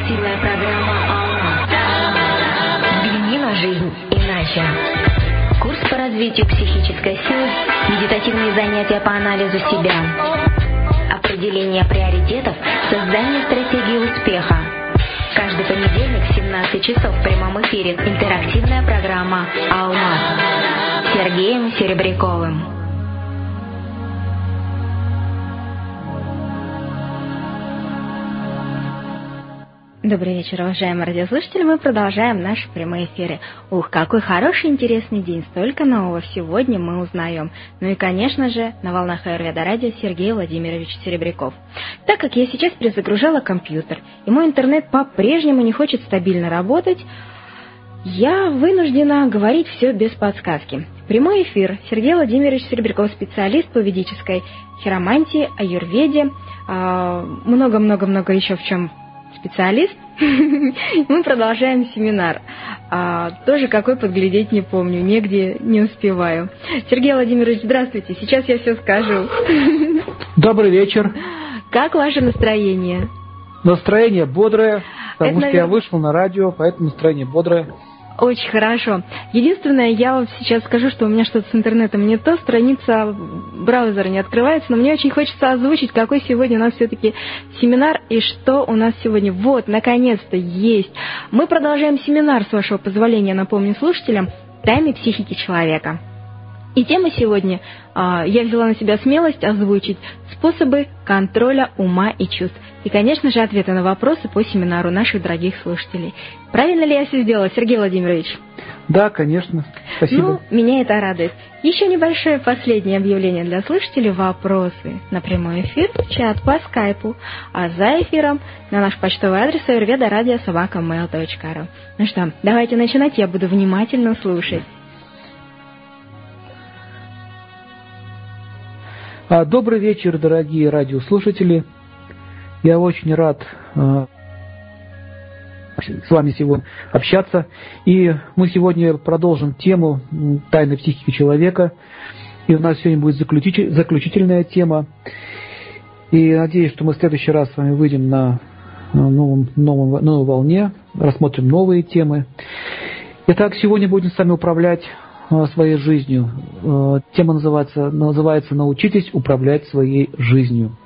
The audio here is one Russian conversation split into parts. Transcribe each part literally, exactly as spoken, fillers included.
Интерактивная программа «Алма». Взгляни на жизнь иначе. Курс по развитию психической силы, медитативные занятия по анализу себя, определение приоритетов, создание стратегии успеха. Каждый понедельник в семнадцать часов в прямом эфире интерактивная программа «Алмаз» с Сергеем Серебряковым. Добрый вечер, уважаемые радиослушатели. Мы продолжаем наши прямые эфиры. Ух, какой хороший, интересный день. Столько нового сегодня мы узнаем. Ну и, конечно же, на волнах Аюрведа радио Сергей Владимирович Серебряков. Так как я сейчас перезагружала компьютер, и мой интернет по-прежнему не хочет стабильно работать, я вынуждена говорить все без подсказки. Прямой эфир. Сергей Владимирович Серебряков, специалист по ведической хиромантии, аюрведе, много-много-много еще в чем специалист. Мы продолжаем семинар. А, тоже какой подглядеть не помню, негде не успеваю. Сергей Владимирович, здравствуйте. Сейчас я все скажу. Добрый вечер. Как ваше настроение? Настроение бодрое, потому Это, что наверное... я вышел на радио, поэтому настроение бодрое. Очень хорошо. Единственное, я вот сейчас скажу, что у меня что-то с интернетом не то, страница браузера не открывается, но мне очень хочется озвучить, какой сегодня у нас все-таки семинар и что у нас сегодня. Вот, наконец-то есть. Мы продолжаем семинар, с вашего позволения, напомню слушателям, «Тайны психики человека». И тема сегодня, я взяла на себя смелость озвучить способы контроля ума и чувств. И, конечно же, ответы на вопросы по семинару наших дорогих слушателей. Правильно ли я все сделала, Сергей Владимирович? Да, конечно. Спасибо. Ну, меня это радует. Еще небольшое последнее объявление для слушателей. Вопросы на прямой эфир в чат по скайпу, а за эфиром на наш почтовый адрес аюрведа радио собака мэйл точка ру. Ну что, давайте начинать, я буду внимательно слушать. Добрый вечер, дорогие радиослушатели. Я очень рад э, с вами сегодня общаться. И мы сегодня продолжим тему тайны психики человека. И у нас сегодня будет заключитель, заключительная тема. И надеюсь, что мы в следующий раз с вами выйдем на новом, новом, новой волне, рассмотрим новые темы. Итак, сегодня будем с вами управлять своей жизнью. Тема называется, называется «Научитесь управлять своей жизнью».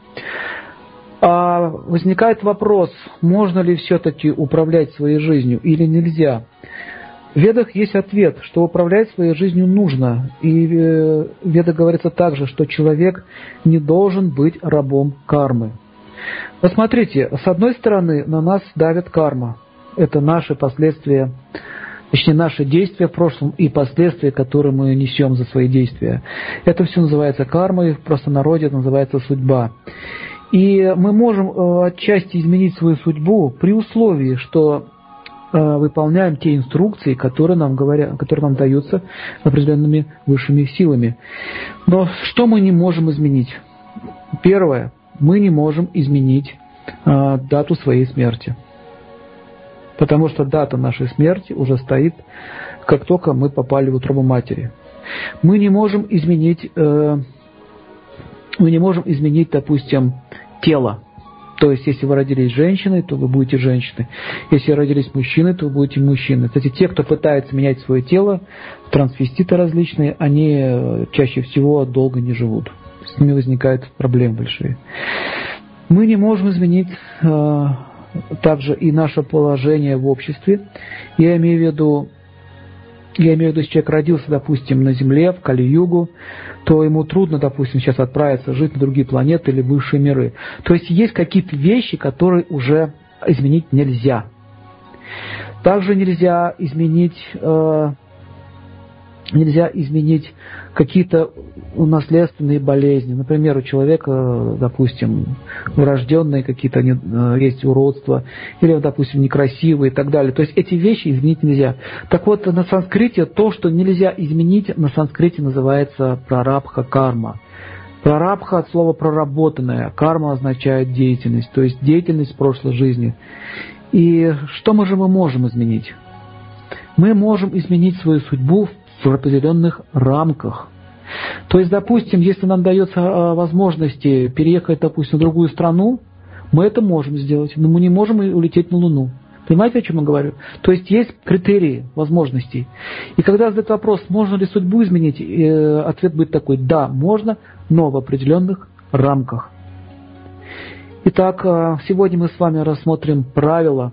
А возникает вопрос, можно ли все-таки управлять своей жизнью или нельзя? В Ведах есть ответ, что управлять своей жизнью нужно. И в Ведах говорится также, что человек не должен быть рабом кармы. Посмотрите, с одной стороны на нас давит карма. Это наши последствия, точнее, наши действия в прошлом и последствия, которые мы несем за свои действия. Это все называется кармой, в простонародье это называется судьба. И мы можем отчасти изменить свою судьбу при условии, что выполняем те инструкции, которые нам говорят, которые нам даются определенными высшими силами. Но что мы не можем изменить? Первое, мы не можем изменить дату своей смерти. Потому что дата нашей смерти уже стоит, как только мы попали в утробу матери. Мы не можем изменить, э, мы не можем изменить, допустим, тело. То есть, если вы родились женщиной, то вы будете женщиной. Если родились мужчиной, то вы будете мужчиной. Кстати, те, кто пытается менять свое тело, трансвеститы различные, они чаще всего долго не живут. С ними возникают проблемы большие. Мы не можем изменить... Э, также и наше положение в обществе. Я имею в виду, я имею в виду, если человек родился, допустим, на Земле, в Кали-югу, то ему трудно, допустим, сейчас отправиться жить на другие планеты или высшие миры. То есть есть какие-то вещи, которые уже изменить нельзя. Также нельзя изменить, э, нельзя изменить какие-то наследственные болезни. Например, у человека, допустим, врожденные какие-то есть уродства, или, допустим, некрасивые и так далее. То есть эти вещи изменить нельзя. Так вот, на санскрите то, что нельзя изменить, на санскрите называется прарабха карма. Прарабха от слова проработанная, карма означает деятельность, то есть деятельность в прошлой жизни. И что мы же мы можем изменить? Мы можем изменить свою судьбу в определенных рамках. То есть, допустим, если нам дается возможность переехать, допустим, в другую страну, Мы это можем сделать, но мы не можем улететь на Луну. Понимаете, о чем я говорю? То есть есть критерии возможностей. И когда задают вопрос, можно ли судьбу изменить, ответ будет такой: да, можно, но в определенных рамках. Итак, сегодня мы с вами рассмотрим правила,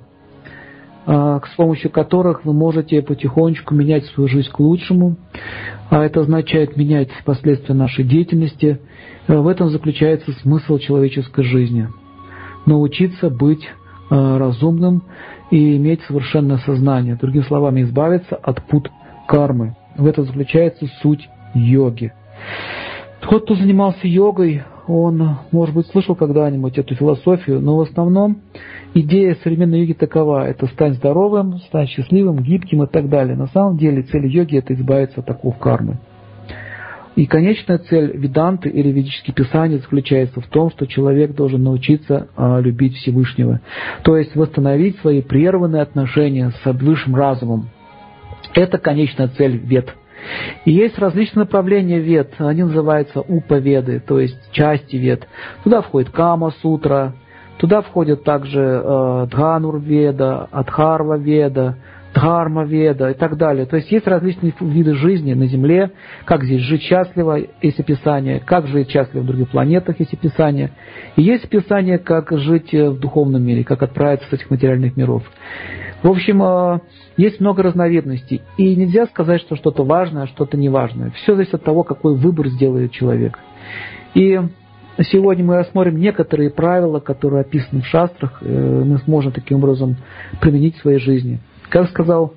с помощью которых вы можете потихонечку менять свою жизнь к лучшему. А это означает менять последствия нашей деятельности. В этом заключается смысл человеческой жизни. Научиться быть разумным и иметь совершенное сознание. Другими словами, избавиться от пут кармы. В этом заключается суть йоги. Тот, кто занимался йогой, он, может быть, слышал когда-нибудь эту философию, но в основном идея современной йоги такова: это стань здоровым, стань счастливым, гибким и так далее. На самом деле цель йоги – это избавиться от оков кармы. И конечная цель веданты или ведических писаний заключается в том, что человек должен научиться а, любить Всевышнего, то есть восстановить свои прерванные отношения с высшим разумом. Это конечная цель вед. И есть различные направления вед, они называются упаведы, то есть части вед. Туда входит Кама-сутра, туда входит также э, Дханур-веда, Адхарва-веда, Дхарма-веда и так далее. То есть есть различные виды жизни на Земле, как здесь жить счастливо, есть описание, как жить счастливо в других планетах, есть описание. И есть описание, как жить в духовном мире, как отправиться с этих материальных миров. В общем, есть много разновидностей. И нельзя сказать, что что-то важное, а что-то неважное. Все зависит от того, какой выбор сделает человек. И сегодня мы рассмотрим некоторые правила, которые описаны в шастрах, мы сможем таким образом применить в своей жизни. Как сказал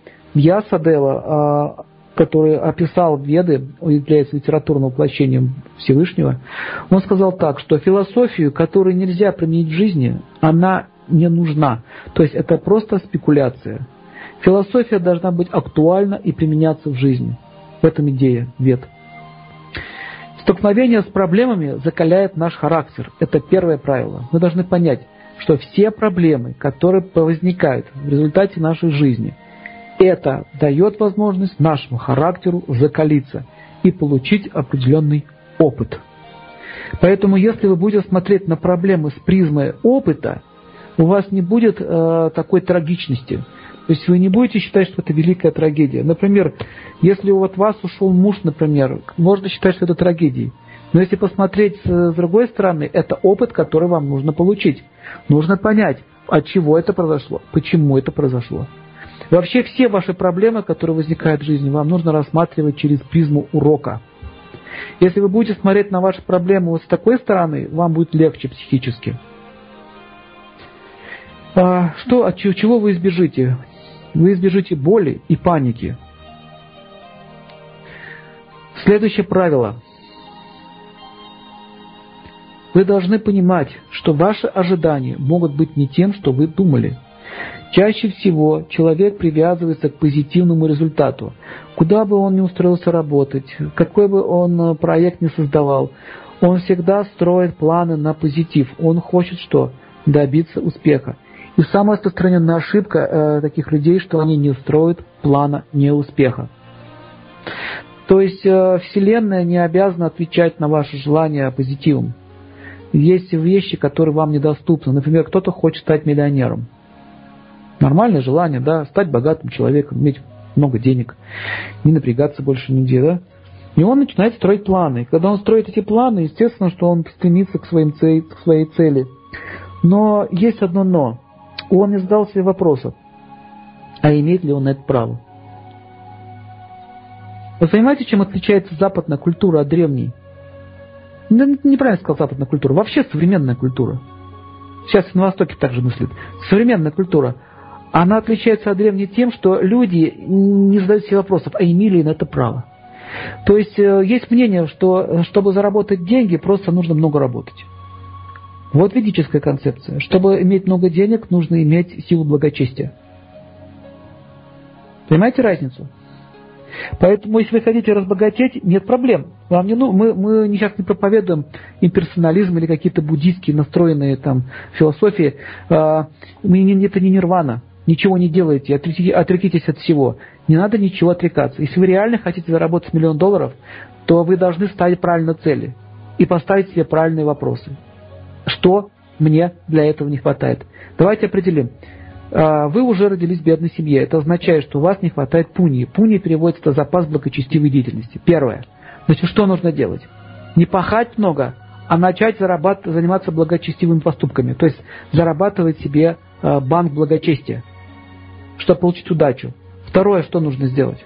Вьясадева, который описал Веды, является литературным воплощением Всевышнего, он сказал так, что философию, которую нельзя применить в жизни, она не нужна. То есть это просто спекуляция. Философия должна быть актуальна и применяться в жизни. В этом идея Вед. Столкновение с проблемами закаляет наш характер. Это первое правило. Мы должны понять, что все проблемы, которые возникают в результате нашей жизни, это дает возможность нашему характеру закалиться и получить определенный опыт. Поэтому, если вы будете смотреть на проблемы с призмой опыта, у вас не будет э, такой трагичности. То есть вы не будете считать, что это великая трагедия. Например, если от вас ушел муж, например, можно считать, что это трагедией. Но если посмотреть с другой стороны, это опыт, который вам нужно получить. Нужно понять, от чего это произошло, почему это произошло. Вообще все ваши проблемы, которые возникают в жизни, вам нужно рассматривать через призму урока. Если вы будете смотреть на ваши проблемы вот с такой стороны, вам будет легче психически. А что, от чего вы избежите? Вы избежите боли и паники. Следующее правило. Вы должны понимать, что ваши ожидания могут быть не тем, что вы думали. Чаще всего человек привязывается к позитивному результату. Куда бы он ни устроился работать, какой бы он проект ни создавал, он всегда строит планы на позитив. Он хочет что? Добиться успеха. И самая распространенная ошибка э, таких людей, что они не строят плана неуспеха. То есть э, Вселенная не обязана отвечать на ваши желания позитивом. Есть вещи, которые вам недоступны. Например, кто-то хочет стать миллионером. Нормальное желание, да, стать богатым человеком, иметь много денег, не напрягаться больше нигде, да. И он начинает строить планы. Когда он строит эти планы, естественно, что он стремится к, своим цели, к своей цели. Но есть одно но. Он не задал себе вопросов, а имеет ли он это право. Вы понимаете, чем отличается западная культура от древней? Да, неправильно сказал западная культура. Вообще современная культура. Сейчас на Востоке также мыслят. Современная культура. Она отличается от древней тем, что люди не задают себе вопросов, а имели ли на это право. То есть есть мнение, что чтобы заработать деньги, просто нужно много работать. Вот ведическая концепция. Чтобы иметь много денег, нужно иметь силу благочестия. Понимаете разницу? Поэтому, если вы хотите разбогатеть, нет проблем. Вам не, ну, мы, мы сейчас не проповедуем имперсонализм или какие-то буддийские настроенные там философии. А, мы, не, это не нирвана. Ничего не делайте, отрекитесь от всего. Не надо ничего отрекаться. Если вы реально хотите заработать миллион долларов, то вы должны ставить правильные цели и поставить себе правильные вопросы. Что мне для этого не хватает. Давайте определим. Вы уже родились в бедной семье. Это означает, что у вас не хватает пуньи. Пуньи переводится это запас благочестивой деятельности. Первое. Значит, что нужно делать? Не пахать много, а начать зарабатывать, заниматься благочестивыми поступками. То есть зарабатывать себе банк благочестия, чтобы получить удачу. Второе, что нужно сделать?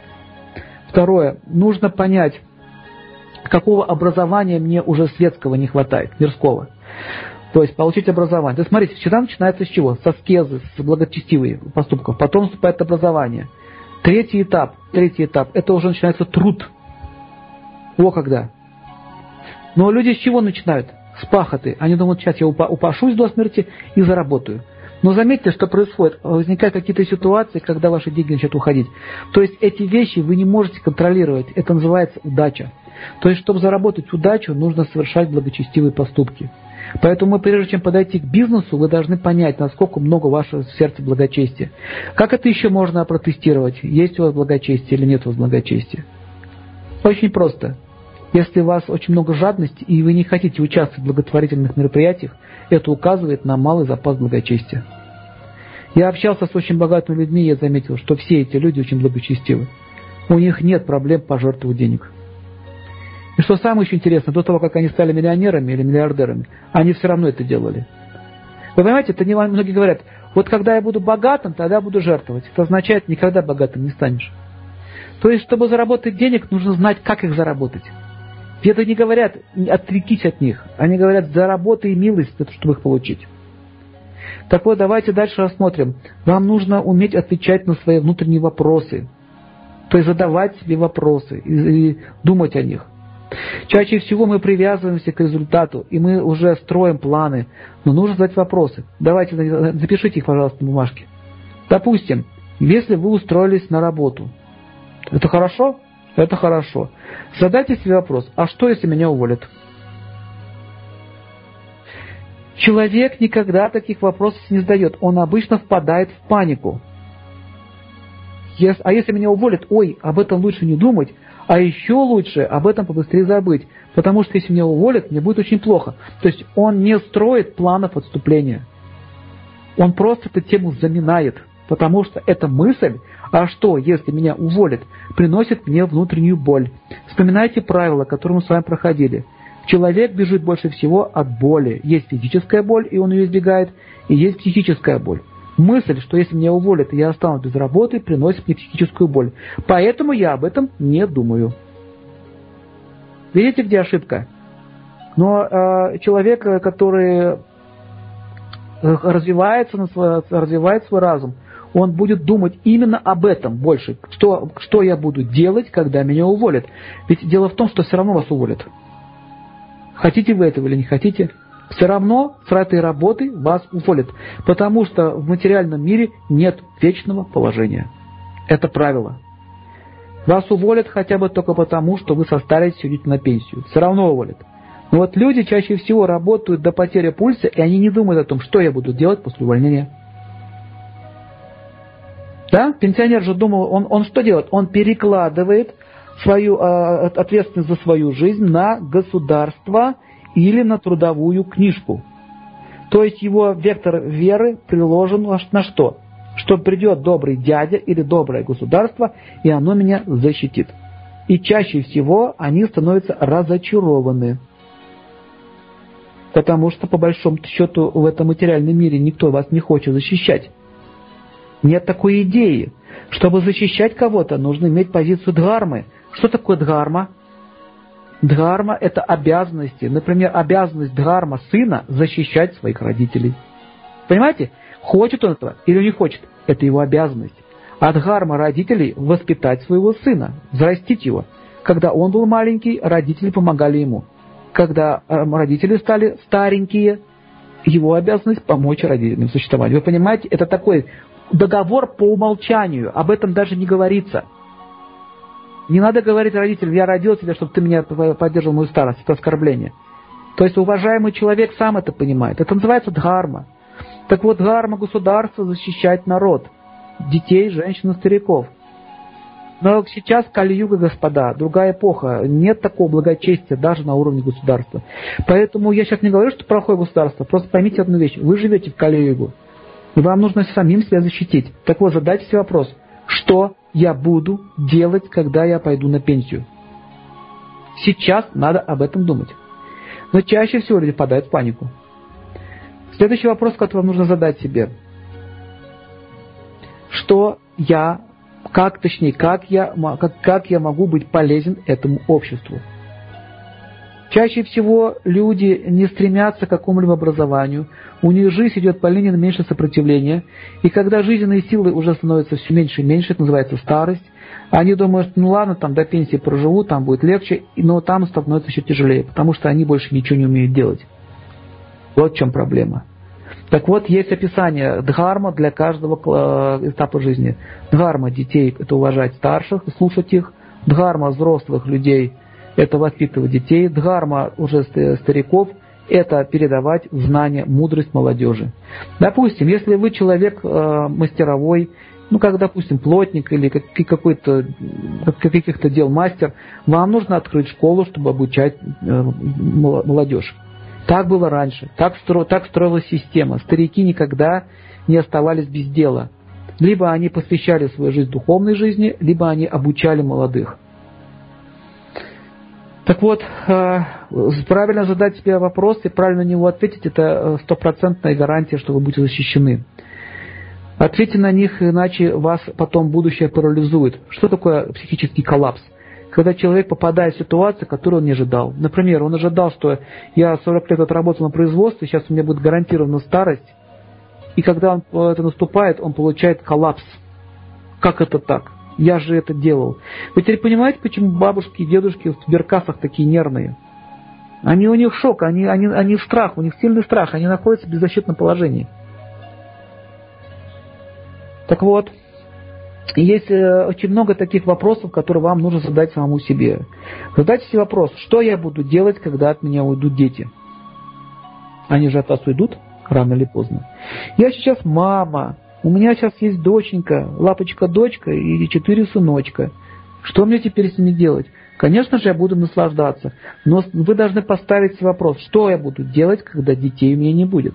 Второе. Нужно понять, какого образования мне уже светского не хватает, мирского. То есть получить образование. То есть, смотрите, всегда начинается с чего? С аскезы, с благочестивых поступков. Потом наступает образование. Третий этап, третий этап, это уже начинается труд. О, когда. Но люди с чего начинают? С пахоты. Они думают, сейчас я упашусь до смерти и заработаю. Но заметьте, что происходит. Возникают какие-то ситуации, когда ваши деньги начинают уходить. То есть эти вещи вы не можете контролировать. Это называется удача. То есть, чтобы заработать удачу, нужно совершать благочестивые поступки. Поэтому мы, прежде чем подойти к бизнесу, вы должны понять, насколько много в вашем сердце благочестия. Как это еще можно протестировать? Есть у вас благочестие или нет у вас благочестия? Очень просто. Если у вас очень много жадности, и вы не хотите участвовать в благотворительных мероприятиях, это указывает на малый запас благочестия. Я общался с очень богатыми людьми, и я заметил, что все эти люди очень благочестивы. У них нет проблем пожертвовать денег. И что самое еще интересное, до того, как они стали миллионерами или миллиардерами, они все равно это делали. Вы понимаете, это не, многие говорят, вот когда я буду богатым, тогда буду жертвовать. Это означает, никогда богатым не станешь. То есть, чтобы заработать денег, нужно знать, как их заработать. И это не говорят, отрекись от них. Они говорят, заработай милость, чтобы их получить. Так вот, давайте дальше рассмотрим. Вам нужно уметь отвечать на свои внутренние вопросы. То есть, задавать себе вопросы и, и думать о них. Чаще всего мы привязываемся к результату, и мы уже строим планы, но нужно задать вопросы. Давайте, запишите их, пожалуйста, на бумажке. Допустим, если вы устроились на работу, это хорошо? Это хорошо. Задайте себе вопрос, а что, если меня уволят? Человек никогда таких вопросов не задает, он обычно впадает в панику. А если меня уволят, ой, об этом лучше не думать, а еще лучше об этом побыстрее забыть, потому что если меня уволят, мне будет очень плохо. То есть он не строит планов отступления. Он просто эту тему заминает, потому что эта мысль, а что, если меня уволят, приносит мне внутреннюю боль. Вспоминайте правила, которые мы с вами проходили. Человек бежит больше всего от боли. Есть физическая боль, и он ее избегает, и есть психическая боль. Мысль, что если меня уволят, и я останусь без работы, приносит мне психическую боль. Поэтому я об этом не думаю. Видите, где ошибка? Но э, человек, который развивается, развивает свой разум, он будет думать именно об этом больше. Что, что я буду делать, когда меня уволят? Ведь дело в том, что все равно вас уволят. Хотите вы этого или не хотите? Все равно с этой работы вас уволят, потому что в материальном мире нет вечного положения. Это правило. Вас уволят хотя бы только потому, что вы состаритесь и уйдете на пенсию. Все равно уволят. Но вот люди чаще всего работают до потери пульса, и они не думают о том, что я буду делать после увольнения. Да? Пенсионер же думал, он, он что делает? Он перекладывает свою э, ответственность за свою жизнь на государство или на трудовую книжку. То есть его вектор веры приложен на что? Что придет добрый дядя или доброе государство, и оно меня защитит. И чаще всего они становятся разочарованы. Потому что, по большому счету, в этом материальном мире никто вас не хочет защищать. Нет такой идеи. Чтобы защищать кого-то, нужно иметь позицию дхармы. Что такое дхарма? Дхарма – это обязанности. Например, обязанность дхарма сына защищать своих родителей. Понимаете? Хочет он этого или не хочет, это его обязанность. А дхарма родителей – воспитать своего сына, взрастить его. Когда он был маленький, родители помогали ему. Когда родители стали старенькие, его обязанность – помочь родителям в существовании. Вы понимаете, это такой договор по умолчанию, об этом даже не говорится. Не надо говорить родителям, я родил тебя, чтобы ты меня поддерживал мою старость. Это оскорбление. То есть уважаемый человек сам это понимает. Это называется дхарма. Так вот, дхарма государства защищать народ. Детей, женщин и стариков. Но сейчас Кали-юга, господа, другая эпоха. Нет такого благочестия даже на уровне государства. Поэтому я сейчас не говорю, что плохое государство. Просто поймите одну вещь. Вы живете в Кали-югу. И вам нужно самим себя защитить. Так вот, задайте себе вопрос. Что я буду делать, когда я пойду на пенсию? Сейчас надо об этом думать. Но чаще всего люди впадают в панику. Следующий вопрос, который вам нужно задать себе. Что я, как, точнее, как я, как, как я могу быть полезен этому обществу? Чаще всего люди не стремятся к какому-либо образованию, у них жизнь идет по линии меньше сопротивления, и когда жизненные силы уже становятся все меньше и меньше, это называется старость, они думают, ну ладно, там до пенсии проживу, там будет легче, но там становится еще тяжелее, потому что они больше ничего не умеют делать. Вот в чем проблема. Так вот, есть описание дхарма для каждого этапа жизни. Дхарма детей – это уважать старших, слушать их. Дхарма взрослых людей – это воспитывать детей. Дхарма уже стариков – это передавать знания, мудрость молодежи. Допустим, если вы человек э, мастеровой, ну, как, допустим, плотник или какой-то, каких-то дел мастер, вам нужно открыть школу, чтобы обучать э, молодежь. Так было раньше, так, стро, так строилась система. Старики никогда не оставались без дела. Либо они посвящали свою жизнь духовной жизни, либо они обучали молодых. Так вот, правильно задать себе вопрос и правильно на него ответить, это стопроцентная гарантия, что вы будете защищены. Ответьте на них, иначе вас потом будущее парализует. Что такое психический коллапс? Когда человек попадает в ситуацию, которую он не ожидал. Например, он ожидал, что я сорок лет отработал на производстве, сейчас у меня будет гарантирована старость. И когда он, это наступает, он получает коллапс. Как это так? Я же это делал. Вы теперь понимаете, почему бабушки и дедушки в сберкассах такие нервные? Они, у них шок, они, они, они в страх, у них сильный страх, они находятся в беззащитном положении. Так вот, есть очень много таких вопросов, которые вам нужно задать самому себе. Задайте себе вопрос, что я буду делать, когда от меня уйдут дети? Они же от вас уйдут рано или поздно. Я сейчас мама. У меня сейчас есть доченька, лапочка-дочка и четыре сыночка. Что мне теперь с ними делать? Конечно же, я буду наслаждаться. Но вы должны поставить себе вопрос, что я буду делать, когда детей у меня не будет.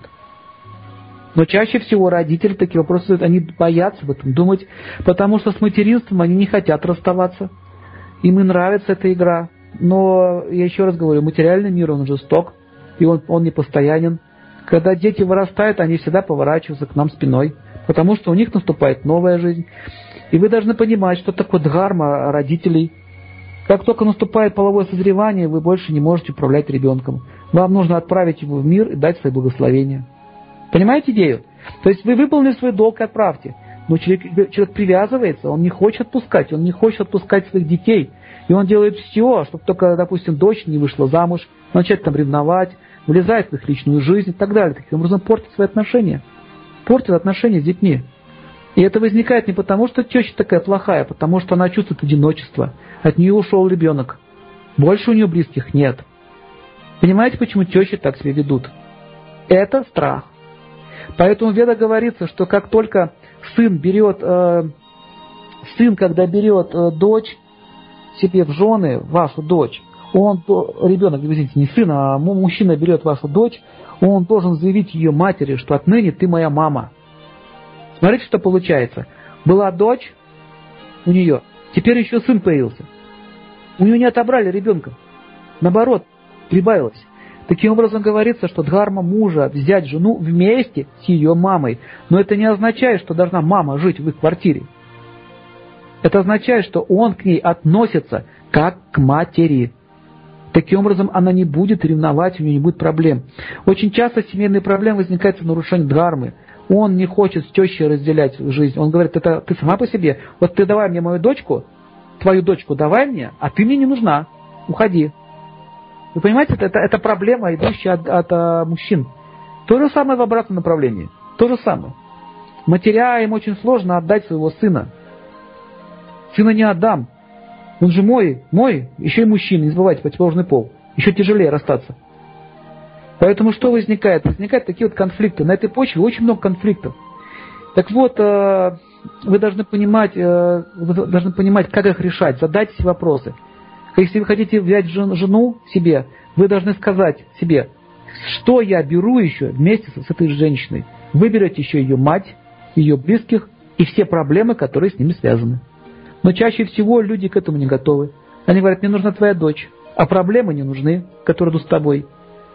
Но чаще всего родители такие вопросы задают, они боятся об этом думать, потому что с материнством они не хотят расставаться. Им и нравится эта игра. Но, я еще раз говорю, материальный мир, он жесток, и он, он непостоянен. Когда дети вырастают, они всегда поворачиваются к нам спиной, потому что у них наступает новая жизнь. И вы должны понимать, что такое дхарма родителей. Как только наступает половое созревание, вы больше не можете управлять ребенком. Вам нужно отправить его в мир и дать свои благословения. Понимаете идею? То есть вы выполнили свой долг и отправьте. Но человек, человек привязывается, он не хочет отпускать, он не хочет отпускать своих детей. И он делает все, чтобы только, допустим, дочь не вышла замуж, начать там ревновать, влезает в их личную жизнь и так далее. Таким образом портит свои отношения. Портит отношения с детьми. И это возникает не потому, что теща такая плохая, а потому что она чувствует одиночество. От нее ушел ребенок. Больше у нее близких нет. Понимаете, почему тещи так себя ведут? Это страх. Поэтому в Ведах говорится, что как только сын берет, э, сын, когда берет э, дочь себе в жены, вашу дочь, он, ребенок, извините, не сын, а мужчина берет вашу дочь, он должен заявить ее матери, что отныне ты моя мама. Смотрите, что получается. Была дочь у нее, теперь еще сын появился. У нее не отобрали ребенка. Наоборот, прибавилось. Таким образом говорится, что дхарма мужа взять жену вместе с ее мамой. Но это не означает, что должна мама жить в их квартире. Это означает, что он к ней относится как к матери. Таким образом, она не будет ревновать, у нее не будет проблем. Очень часто семейные проблемы возникают в нарушении дхармы. Он не хочет с тещей разделять жизнь. Он говорит, это ты сама по себе. Вот ты давай мне мою дочку, твою дочку давай мне, а ты мне не нужна. Уходи. Вы понимаете, это, это проблема, идущая от, от а, мужчин. То же самое в обратном направлении. То же самое. Матерям очень сложно отдать своего сына. Сына не отдам. Он же мой, мой, еще и мужчина, не забывайте, противоположный пол. Еще тяжелее расстаться. Поэтому что возникает? Возникают такие вот конфликты. На этой почве очень много конфликтов. Так вот, вы должны понимать, вы должны понимать, как их решать. Задайте себе вопросы. Если вы хотите взять жену себе, вы должны сказать себе, что я беру еще вместе с этой женщиной. Вы берете еще ее мать, ее близких и все проблемы, которые с ними связаны. Но чаще всего люди к этому не готовы. Они говорят, мне нужна твоя дочь, а проблемы не нужны, которые идут с тобой.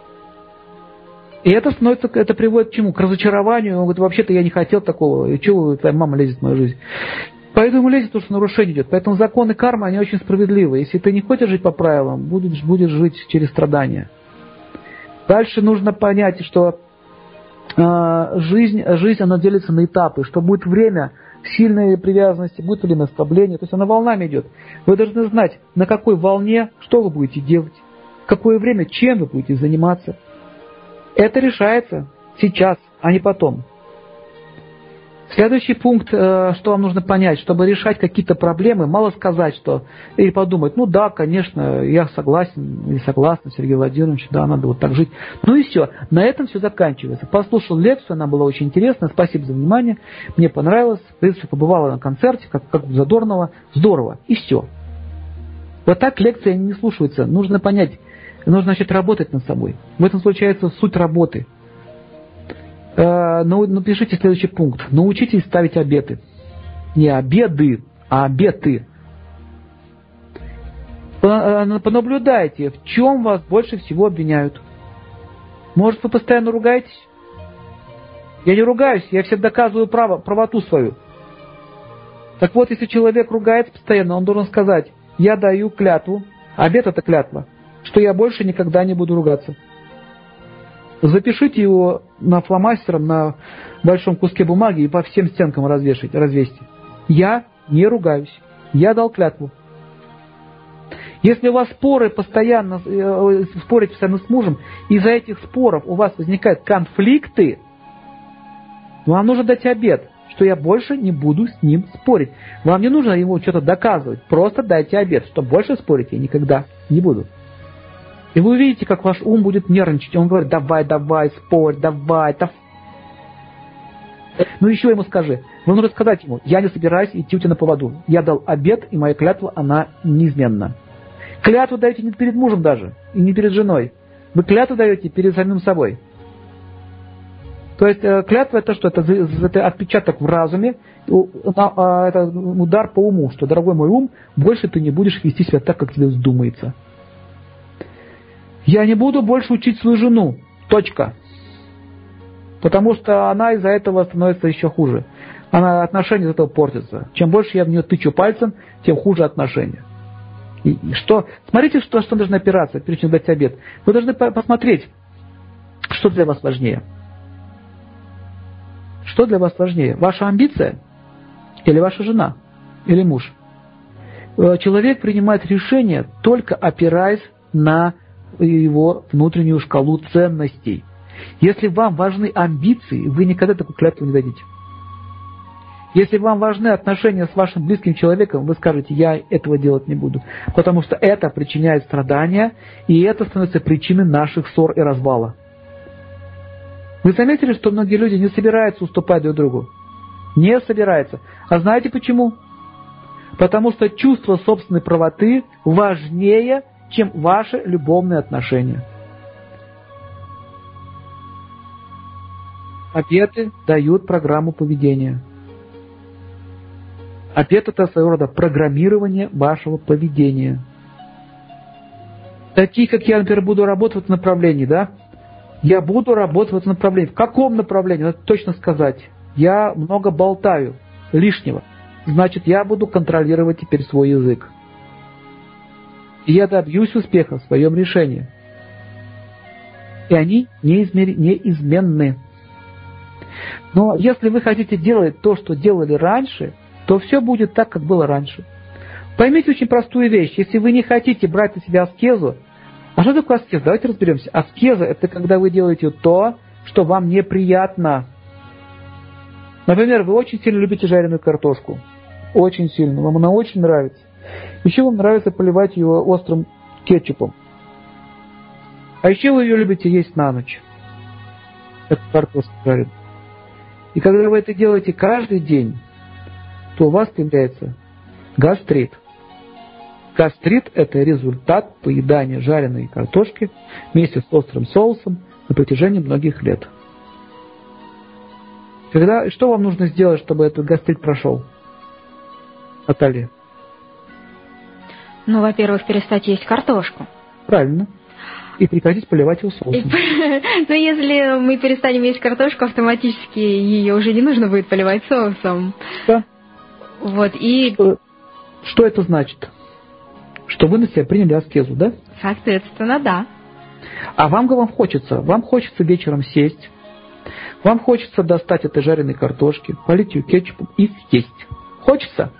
И это становится, это приводит к чему? К разочарованию. Он говорит, вообще-то я не хотел такого. И чего твоя мама лезет в мою жизнь? Поэтому лезет то, что нарушение идет. Поэтому законы кармы, они очень справедливы. Если ты не хочешь жить по правилам, будешь, будешь жить через страдания. Дальше нужно понять, что э, жизнь, жизнь, она делится на этапы, что будет время сильной привязанности, будет время ослабления. То есть она волнами идет. Вы должны знать, на какой волне, что вы будете делать, в какое время, чем вы будете заниматься. Это решается сейчас, а не потом. Следующий пункт, что вам нужно понять, чтобы решать какие-то проблемы, мало сказать, что или подумать, ну да, конечно, я согласен или согласна, Сергей Владимирович, да, надо вот так жить. Ну и все, на этом все заканчивается. Послушал лекцию, она была очень интересная, спасибо за внимание, мне понравилось, в принципе, побывала на концерте, как, как Задорнова, здорово, и все. Вот так лекция не слушается, нужно понять, нужно начать работать над собой. В этом случается суть работы. Напишите следующий пункт. Научитесь ставить обеты. Не обеды, а обеты. Понаблюдайте, в чем вас больше всего обвиняют. Может, вы постоянно ругаетесь? Я не ругаюсь, я всегда доказываю право, правоту свою. Так вот, если человек ругается постоянно, он должен сказать, я даю клятву, обет это клятва, что я больше никогда не буду ругаться. Запишите его на фломастером, на большом куске бумаги и по всем стенкам развешайте, развесьте. Я не ругаюсь. Я дал клятву. Если у вас споры постоянно, э, спорите постоянно с мужем, из-за этих споров у вас возникают конфликты, вам нужно дать обет, что я больше не буду с ним спорить. Вам не нужно ему что-то доказывать. Просто дайте обет, что больше спорить я никогда не буду. И вы увидите, как ваш ум будет нервничать. Он говорит, давай, давай, спорь, давай. давай. Ну еще ему скажи. Вы нужно сказать ему, я не собираюсь идти у тебя на поводу. Я дал обет, и моя клятва, она неизменна. Клятву даете не перед мужем даже, и не перед женой. Вы клятву даете перед самим собой. То есть клятва это что? Это, это отпечаток в разуме, это удар по уму, что, дорогой мой ум, больше ты не будешь вести себя так, как тебе вздумается. Я не буду больше учить свою жену. Точка. Потому что она из-за этого становится еще хуже. Она, отношения из этого портятся. Чем больше я в нее тычу пальцем, тем хуже отношения. И, и что? Смотрите, что, что должно опираться, прежде чем дать обет. Вы должны посмотреть, что для вас важнее. Что для вас важнее? Ваша амбиция? Или ваша жена? Или муж? Человек принимает решение, только опираясь на его внутреннюю шкалу ценностей. Если вам важны амбиции, вы никогда такую клятву не дадите. Если вам важны отношения с вашим близким человеком, вы скажете, я этого делать не буду. Потому что это причиняет страдания, и это становится причиной наших ссор и развала. Вы заметили, что многие люди не собираются уступать друг другу? Не собираются. А знаете почему? Потому что чувство собственной правоты важнее, чем ваши любовные отношения. Обеты дают программу поведения. Обет – это своего рода программирование вашего поведения. Такие, как я, например, буду работать в этом направлении, да? Я буду работать в этом направлении. В каком направлении? Надо точно сказать. Я много болтаю лишнего. Значит, я буду контролировать теперь свой язык. И я добьюсь успеха в своем решении. И они неизмер... неизменны. Но если вы хотите делать то, что делали раньше, то все будет так, как было раньше. Поймите очень простую вещь. Если вы не хотите брать на себя аскезу, а что такое аскеза? Давайте разберемся. Аскеза – это когда вы делаете то, что вам неприятно. Например, вы очень сильно любите жареную картошку. Очень сильно. Вам она очень нравится. Еще вам нравится поливать ее острым кетчупом. А еще вы ее любите есть на ночь. Это картошка жареная. И когда вы это делаете каждый день, что у вас появляется гастрит. Гастрит – это результат поедания жареной картошки вместе с острым соусом на протяжении многих лет. Когда, что вам нужно сделать, чтобы этот гастрит прошел, Наталья? Ну, во-первых, перестать есть картошку. Правильно. И прекратить поливать его соусом. Но если мы перестанем есть картошку, автоматически ее уже не нужно будет поливать соусом. Да. Вот, и... Что, что это значит? Что вы на себя приняли аскезу, да? Соответственно, да. А вам, вам хочется, вам хочется вечером сесть, вам хочется достать этой жареной картошки, полить ее кетчупом и съесть. Хочется?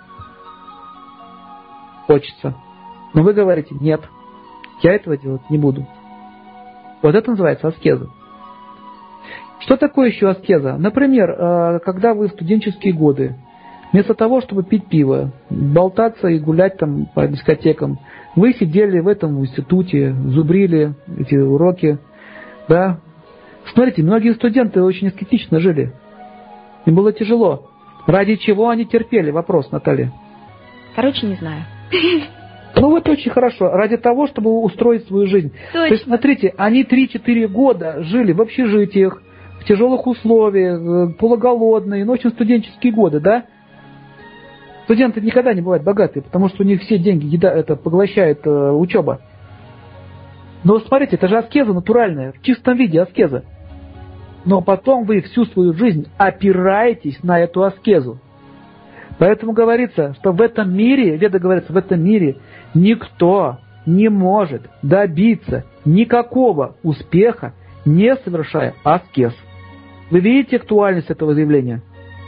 Хочется. Но вы говорите, нет, я этого делать не буду. Вот это называется аскеза. Что такое еще аскеза? Например, когда вы в студенческие годы, вместо того, чтобы пить пиво, болтаться и гулять там по дискотекам, вы сидели в этом институте, зубрили эти уроки, да. Смотрите, многие студенты очень аскетично жили. Им было тяжело. Ради чего они терпели? Вопрос, Наталья. Короче, не знаю. Ну вот очень хорошо. Ради того, чтобы устроить свою жизнь. Точно. То есть, смотрите, они три-четыре года жили в общежитиях, в тяжелых условиях, полуголодные, ну, очень студенческие годы, да? Студенты никогда не бывают богатые, потому что у них все деньги, еда, это поглощает э, учеба. Но смотрите, это же аскеза натуральная, в чистом виде аскеза. Но потом вы всю свою жизнь опираетесь на эту аскезу. Поэтому говорится, что в этом мире, Веда говорится, в этом мире никто не может добиться никакого успеха, не совершая аскез. Вы видите актуальность этого заявления?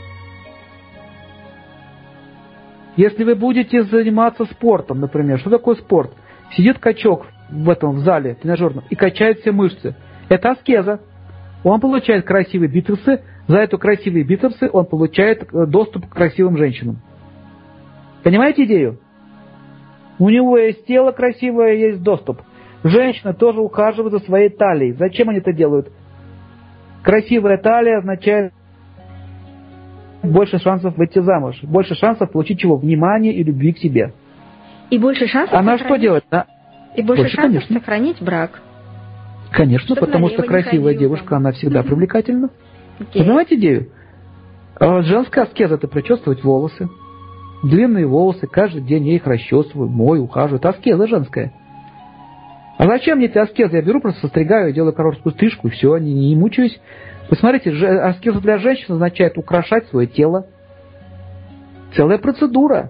Если вы будете заниматься спортом, например, что такое спорт? Сидит качок в этом в зале тренажерном и качает все мышцы. Это аскеза. Он получает красивые бицепсы, за это красивые бицепсы он получает доступ к красивым женщинам. Понимаете идею? У него есть тело красивое, есть доступ. Женщина тоже ухаживает за своей талией. Зачем они это делают? Красивая талия означает больше шансов выйти замуж, больше шансов получить чего? Внимание и любви к себе. И больше шансов Она сохранить... что делает? Да? И больше, больше шансов конечно. сохранить брак. Конечно, Чтобы потому что красивая девушка, там. Она всегда привлекательна. Okay. Понимаете идею? А женская аскеза – это причесывать волосы. Длинные волосы, каждый день я их расчесываю, мою, ухаживаю. Это аскеза женская. А зачем мне эти аскезы? Я беру, просто состригаю, делаю короткую стрижку, и все, не, не мучаюсь. Посмотрите, аскеза для женщин означает украшать свое тело. Целая процедура.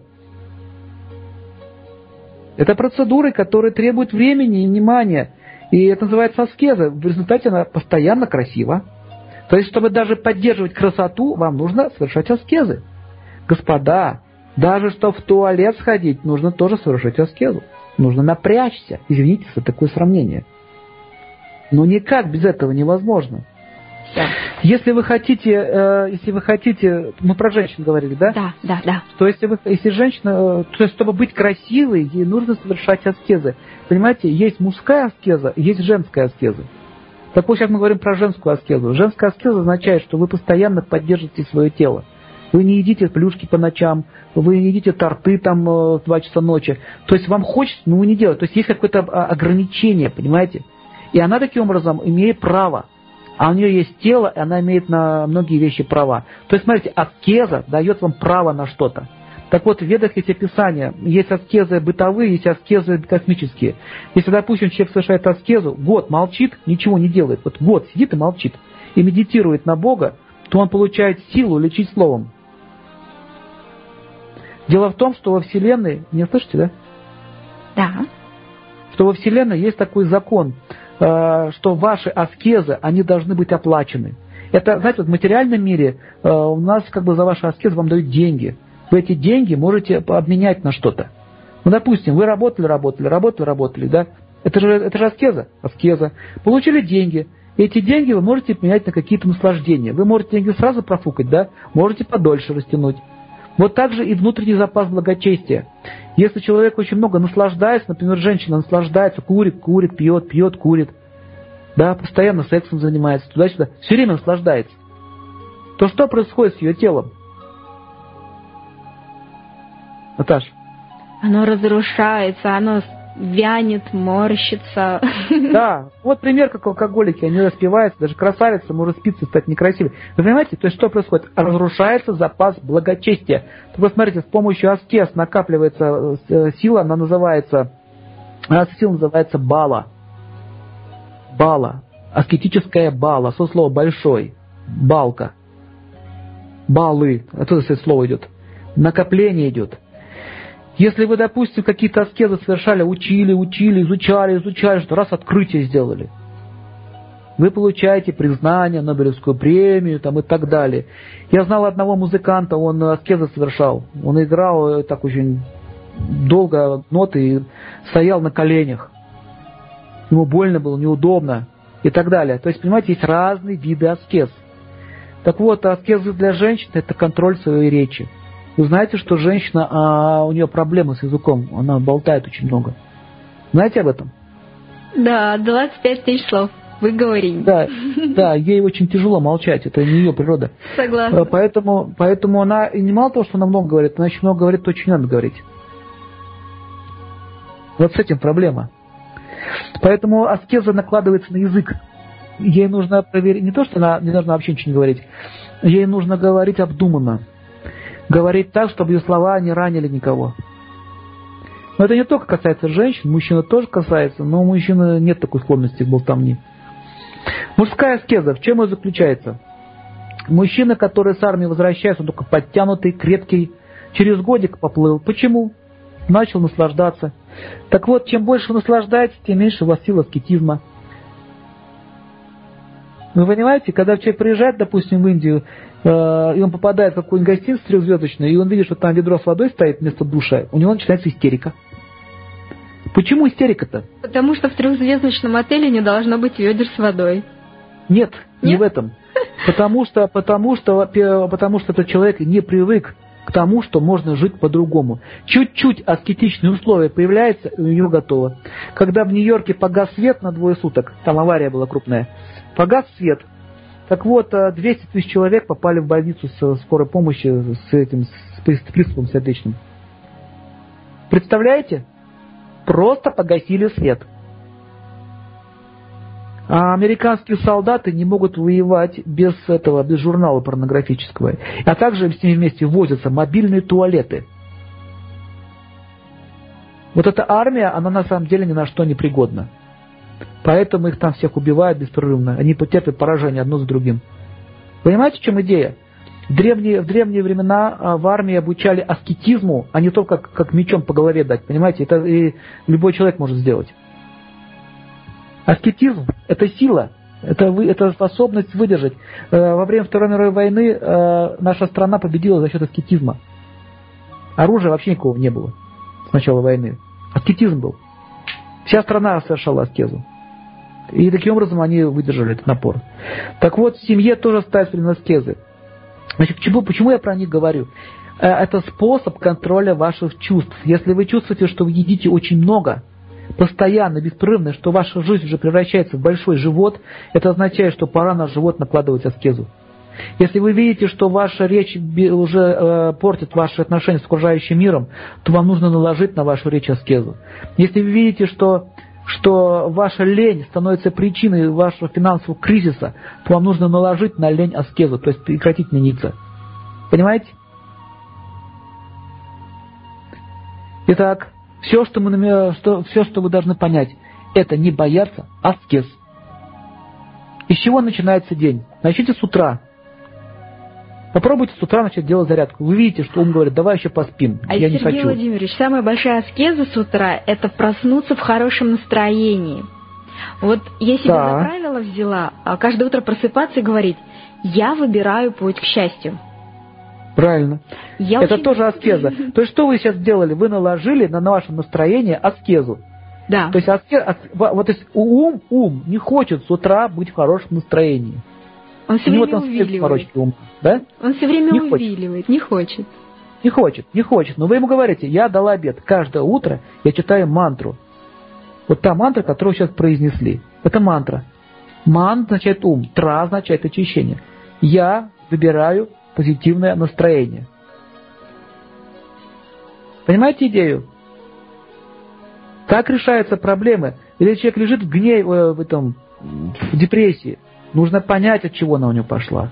Это процедуры, которые требуют времени и внимания. И это называется аскеза. В результате она постоянно красива. То есть, чтобы даже поддерживать красоту, вам нужно совершать аскезы. Господа, даже чтобы в туалет сходить, нужно тоже совершать аскезу. Нужно напрячься. Извините за такое сравнение. Но никак без этого невозможно. Да. Если вы хотите, э, если вы хотите, мы про женщин говорили, да? Да, да, да. Что если вы, если женщина, э, то есть чтобы быть красивой, ей нужно совершать аскезы. Понимаете, есть мужская аскеза, есть женская аскеза. Так вот сейчас мы говорим про женскую аскезу. Женская аскеза означает, что вы постоянно поддерживаете свое тело. Вы не едите плюшки по ночам, вы не едите торты там в два часа ночи. То есть вам хочется, но вы не делаете. То есть есть какое-то ограничение, понимаете? И она таким образом имеет право. А у нее есть тело, и она имеет на многие вещи права. То есть, смотрите, аскеза дает вам право на что-то. Так вот, в Ведах есть описание. Есть аскезы бытовые, есть аскезы космические. Если, допустим, человек совершает аскезу, год молчит, ничего не делает. Вот год сидит и молчит, и медитирует на Бога, то он получает силу лечить словом. Дело в том, что во Вселенной... Меня слышите, да? Да. Что во Вселенной есть такой закон, что ваши аскезы, они должны быть оплачены. Это, знаете, в материальном мире у нас как бы за ваши аскезы вам дают деньги. Вы эти деньги можете обменять на что-то. Ну, допустим, вы работали, работали, работали, работали, да? Это же, это же аскеза. Аскеза. Получили деньги. И эти деньги вы можете поменять на какие-то наслаждения. Вы можете деньги сразу профукать, да? Можете подольше растянуть. Вот так же и внутренний запас благочестия. Если человек очень много наслаждается, например, женщина наслаждается, курит, курит, пьет, пьет, курит, да, постоянно сексом занимается, туда-сюда, все время наслаждается, то что происходит с ее телом? Наташ? Оно разрушается, оно вянет, морщится. Да, вот пример, как алкоголики, они распиваются, даже красавица может спиться, стать некрасивой. Вы понимаете, то есть что происходит? Разрушается запас благочестия. Так вы смотрите, с помощью аскез накапливается сила, она называется, она сила называется бала. Бала. Аскетическая бала, со слова большой. Балка. Балы. Оттуда это слово идет. Накопление идет. Если вы, допустим, какие-то аскезы совершали, учили, учили, изучали, изучали, что раз открытие сделали, вы получаете признание, Нобелевскую премию там, и так далее. Я знал одного музыканта, он аскезы совершал. Он играл так очень долго ноты и стоял на коленях. Ему больно было, неудобно и так далее. То есть, понимаете, есть разные виды аскез. Так вот, аскезы для женщин – это контроль своей речи. Вы знаете, что женщина, а у нее проблемы с языком, она болтает очень много. Знаете об этом? Да, двадцать пять тысяч слов. Вы говорите. Да, да, ей очень тяжело молчать, это не ее природа. Согласна. Поэтому, поэтому она, и не мало того, что она много говорит, она очень много говорит, то, что не надо говорить. Вот с этим проблема. Поэтому аскеза накладывается на язык. Ей нужно проверить, не то, что она не должна вообще ничего не говорить, ей нужно говорить обдуманно. Говорить так, чтобы ее слова не ранили никого. Но это не только касается женщин, мужчина тоже касается, но у мужчины нет такой склонности к болтовне. Мужская аскеза, в чем ее заключается? Мужчина, который с армии возвращается, он только подтянутый, крепкий, через годик поплыл. Почему? Начал наслаждаться. Так вот, чем больше вы наслаждаетесь, тем меньше у вас сила аскетизма. Вы понимаете, когда человек приезжает, допустим, в Индию, э, и он попадает в какую-нибудь гостиницу трехзвездочную, и он видит, что там ведро с водой стоит вместо душа, у него начинается истерика. Почему истерика-то? Потому что в трехзвездочном отеле не должно быть ведер с водой. Нет, Нет? не в этом. Потому что, потому, что, потому что этот человек не привык к тому, что можно жить по-другому. Чуть-чуть аскетичные условия появляются, и у него готово. Когда в Нью-Йорке погас свет на двое суток, там авария была крупная, погас свет. Так вот, двести тысяч человек попали в больницу со скорой помощи с этим с приступом сердечным. Представляете? Просто погасили свет. А американские солдаты не могут воевать без этого, без журнала порнографического. А также с ними вместе возятся мобильные туалеты. Вот эта армия, она на самом деле ни на что не пригодна. Поэтому их там всех убивают беспрерывно. Они потерпят поражение одно за другим. Понимаете, в чем идея? В древние, в древние времена в армии обучали аскетизму, а не только как, как мечом по голове дать. Понимаете, это и любой человек может сделать. Аскетизм – это сила, это, вы, это способность выдержать. Во время Второй мировой войны наша страна победила за счет аскетизма. Оружия вообще никакого не было с начала войны. Аскетизм был. Вся страна совершала аскезу. И таким образом они выдержали этот напор. Так вот, в семье тоже ставят аскезы. Значит, почему, почему я про них говорю? Это способ контроля ваших чувств. Если вы чувствуете, что вы едите очень много, постоянно, беспрерывно, что ваша жизнь уже превращается в большой живот, это означает, что пора на живот накладывать аскезу. Если вы видите, что ваша речь уже э, портит ваши отношения с окружающим миром, то вам нужно наложить на вашу речь аскезу. Если вы видите, что, что ваша лень становится причиной вашего финансового кризиса, то вам нужно наложить на лень аскезу, то есть прекратить лениться. Понимаете? Итак, все, что, мы, что, все, что вы должны понять, это не бояться аскез. Из чего начинается день? Начните с утра. Попробуйте с утра начать делать зарядку. Вы видите, что ум говорит, давай еще поспим. А я Сергей не хочу. Владимирович, самая большая аскеза с утра – это проснуться в хорошем настроении. Вот я себе Да. за правило взяла каждое утро просыпаться и говорить, я выбираю путь к счастью. Правильно. Я это очень... тоже аскеза. То есть что вы сейчас сделали? Вы наложили на ваше настроение аскезу. Да. То есть, аскез, вот, то есть ум, ум не хочет с утра быть в хорошем настроении. Он все не время вот увиливает. Ум, да? Он все время не увиливает, хочет. не хочет. Не хочет, не хочет. Но вы ему говорите, я дал обед. Каждое утро я читаю мантру. Вот та мантра, которую вы сейчас произнесли. Это мантра. Ман означает ум, тра означает очищение. Я выбираю позитивное настроение. Понимаете идею? Как решаются проблемы? Или человек лежит в гневе, в, этом, в депрессии. Нужно понять, от чего она у него пошла.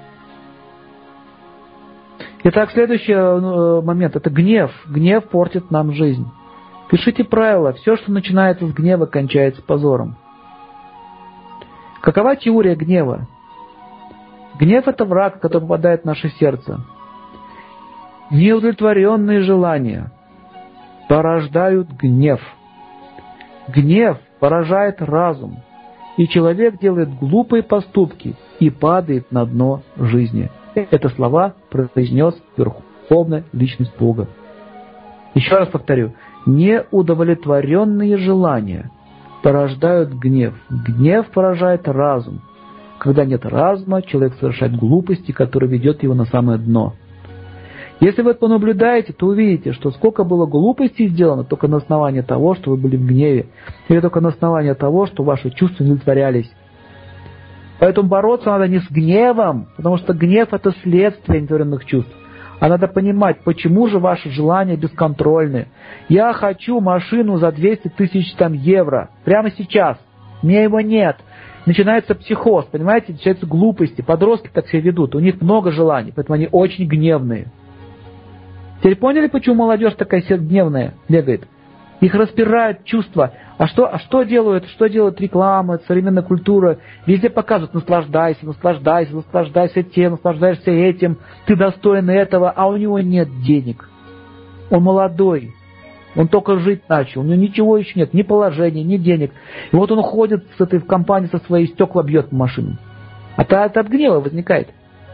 Итак, следующий момент – это гнев. Гнев портит нам жизнь. Пишите правила. Все, что начинается с гнева, кончается позором. Какова теория гнева? Гнев – это враг, который попадает в наше сердце. Неудовлетворенные желания порождают гнев. Гнев поражает разум, и человек делает глупые поступки и падает на дно жизни. Это слова произнес Верховная Личность Бога. Еще раз повторю. Неудовлетворенные желания порождают гнев. Гнев поражает разум. Когда нет разума, человек совершает глупости, которые ведет его на самое дно. Если вы это понаблюдаете, то увидите, что сколько было глупостей сделано только на основании того, что вы были в гневе, или только на основании того, что ваши чувства не удовлетворялись. Поэтому бороться надо не с гневом, потому что гнев – это следствие неудовлетворенных чувств. А надо понимать, почему же ваши желания бесконтрольны. Я хочу машину за двести тысяч там, евро прямо сейчас. У меня его нет. Начинается психоз, понимаете, начинаются глупости. Подростки так себя ведут, у них много желаний, поэтому они очень гневные. Теперь поняли, почему молодежь такая вся гневная бегает? Их распирают чувства. А что, а что делают? Что делает реклама, современная культура? Везде показывают: наслаждайся, наслаждайся, наслаждайся тем, наслаждаешься этим, ты достоин этого, а у него нет денег. Он молодой, он только жить начал, у него ничего еще нет, ни положения, ни денег. И вот он ходит с этой в компании со своей, стекла бьет по машинам. А это от гнева возникает.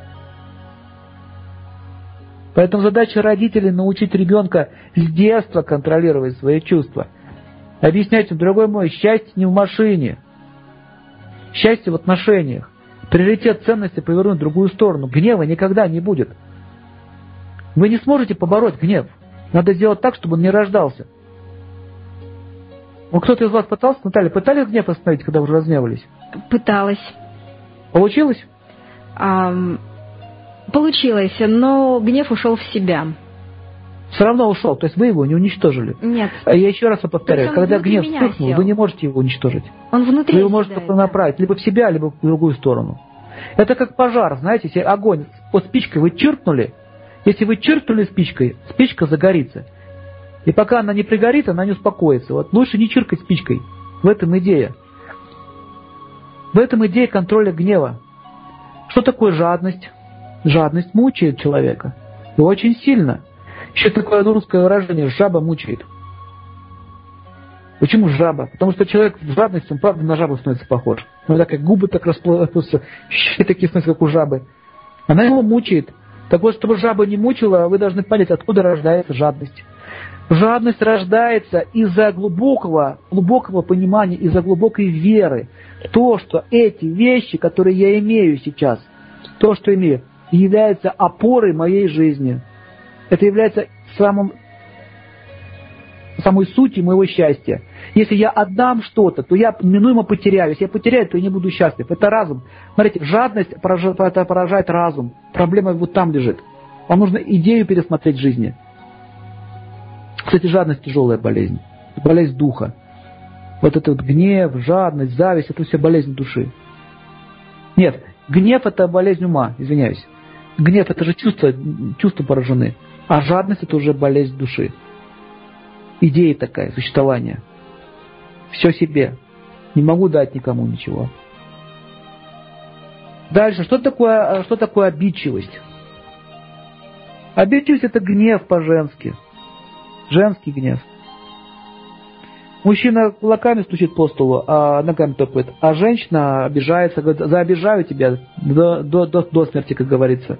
Поэтому задача родителей — научить ребенка с детства контролировать свои чувства. Объяснять ему: дорогой мой, счастье не в машине. Счастье в отношениях. Приоритет ценности повернуть в другую сторону. Гнева никогда не будет. Вы не сможете побороть гнев. Надо сделать так, чтобы он не рождался. Ну, кто-то из вас пытался, Наталья, пытались гнев остановить, когда уже разгневались? Пыталась. Получилось? А... Получилось, но гнев ушел в себя. Все равно ушел, то есть вы его не уничтожили? Нет. Я еще раз повторяю, когда гнев вспыхнул, вы не можете его уничтожить. Он внутри. Вы его можете только направить либо в себя, либо в другую сторону. Это как пожар, знаете, если огонь под спичкой вы чиркнули, если вы чиркнули спичкой, спичка загорится. И пока она не пригорит, она не успокоится. Вот лучше не чиркать спичкой. В этом идея. В этом идея контроля гнева. Что такое жадность? Жадность мучает человека. И очень сильно. Еще такое русское выражение: жаба мучает. Почему жаба? Потому что человек в жадности, он правда на жабу становится похож. Ну, так как губы так расплываются, щеки такие становятся, как у жабы. Она его мучает. Так вот, чтобы жаба не мучила, вы должны понять, откуда рождается жадность. Жадность рождается из-за глубокого, глубокого понимания, из-за глубокой веры в то, что эти вещи, которые я имею сейчас, то, что имею, является опорой моей жизни. Это является самым, самой сутью моего счастья. Если я отдам что-то, то я неминуемо потеряю. Если я потеряю, то я не буду счастлив. Это разум. Смотрите, жадность поражает, это поражает разум. Проблема вот там лежит. Вам нужно идею пересмотреть в жизни. Кстати, жадность — тяжелая болезнь. Болезнь духа. Вот этот вот гнев, жадность, зависть — это все болезнь души. Нет, гнев — это болезнь ума, извиняюсь. Гнев — это же чувства, чувства поражены. А жадность — это уже болезнь души. Идея такая, существование. Все себе. Не могу дать никому ничего. Дальше, что такое, что такое обидчивость? Обидчивость — это гнев по-женски. Женский гнев. Мужчина кулаками стучит по столу, а ногами топает, а женщина обижается, говорит: заобижаю тебя до, до, до, до смерти, как говорится.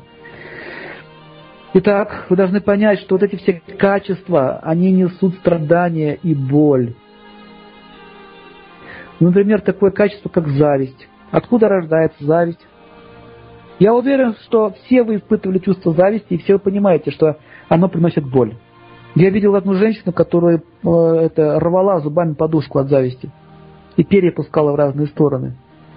Итак, вы должны понять, что вот эти все качества, они несут страдания и боль. Например, такое качество, как зависть. Откуда рождается зависть? Я уверен, что все вы испытывали чувство зависти, и все вы понимаете, что оно приносит боль. Я видел одну женщину, которая э, это, рвала зубами подушку от зависти и перья пускала в разные стороны.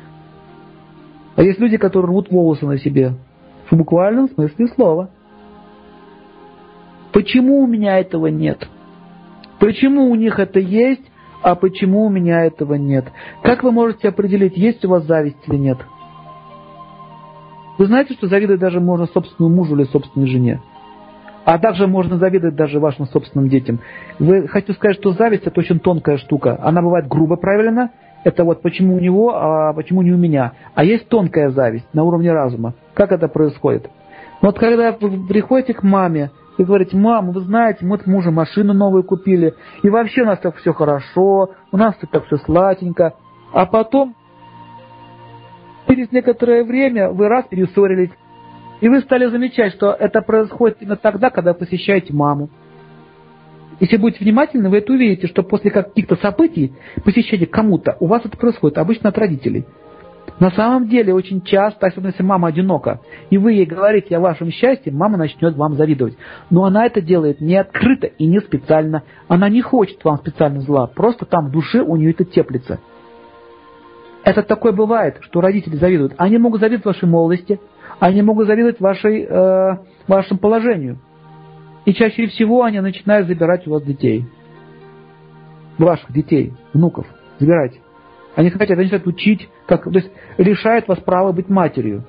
А есть люди, которые рвут волосы на себе в буквальном смысле слова. Почему у меня этого нет? Почему у них это есть, а почему у меня этого нет? Как вы можете определить, есть у вас зависть или нет? Вы знаете, что завидовать даже можно собственному мужу или собственной жене? А также можно завидовать даже вашим собственным детям. Вы хотите сказать, что зависть – это очень тонкая штука. Она бывает грубо проявлена. Это вот почему у него, а почему не у меня. А есть тонкая зависть на уровне разума. Как это происходит? Вот когда вы приходите к маме, вы говорите: мама, вы знаете, мы с мужем машину новую купили, и вообще у нас так все хорошо, у нас тут так все сладенько. А потом, через некоторое время, вы раз перессорились, и вы стали замечать, что это происходит именно тогда, когда посещаете маму. Если будете внимательны, вы это увидите, что после каких-то событий, посещаете кому-то, у вас это происходит обычно от родителей. На самом деле, очень часто, особенно если мама одинока, и вы ей говорите о вашем счастье, мама начнет вам завидовать. Но она это делает не открыто и не специально. Она не хочет вам специально зла, просто там в душе у нее это теплится. Это такое бывает, что родители завидуют. Они могут завидовать вашей молодости, они могут завидовать вашей, э, вашему положению. И чаще всего они начинают забирать у вас детей. Ваших детей, внуков. Забирать. Они хотят, они начинают учить, как, то есть лишают вас права быть матерью.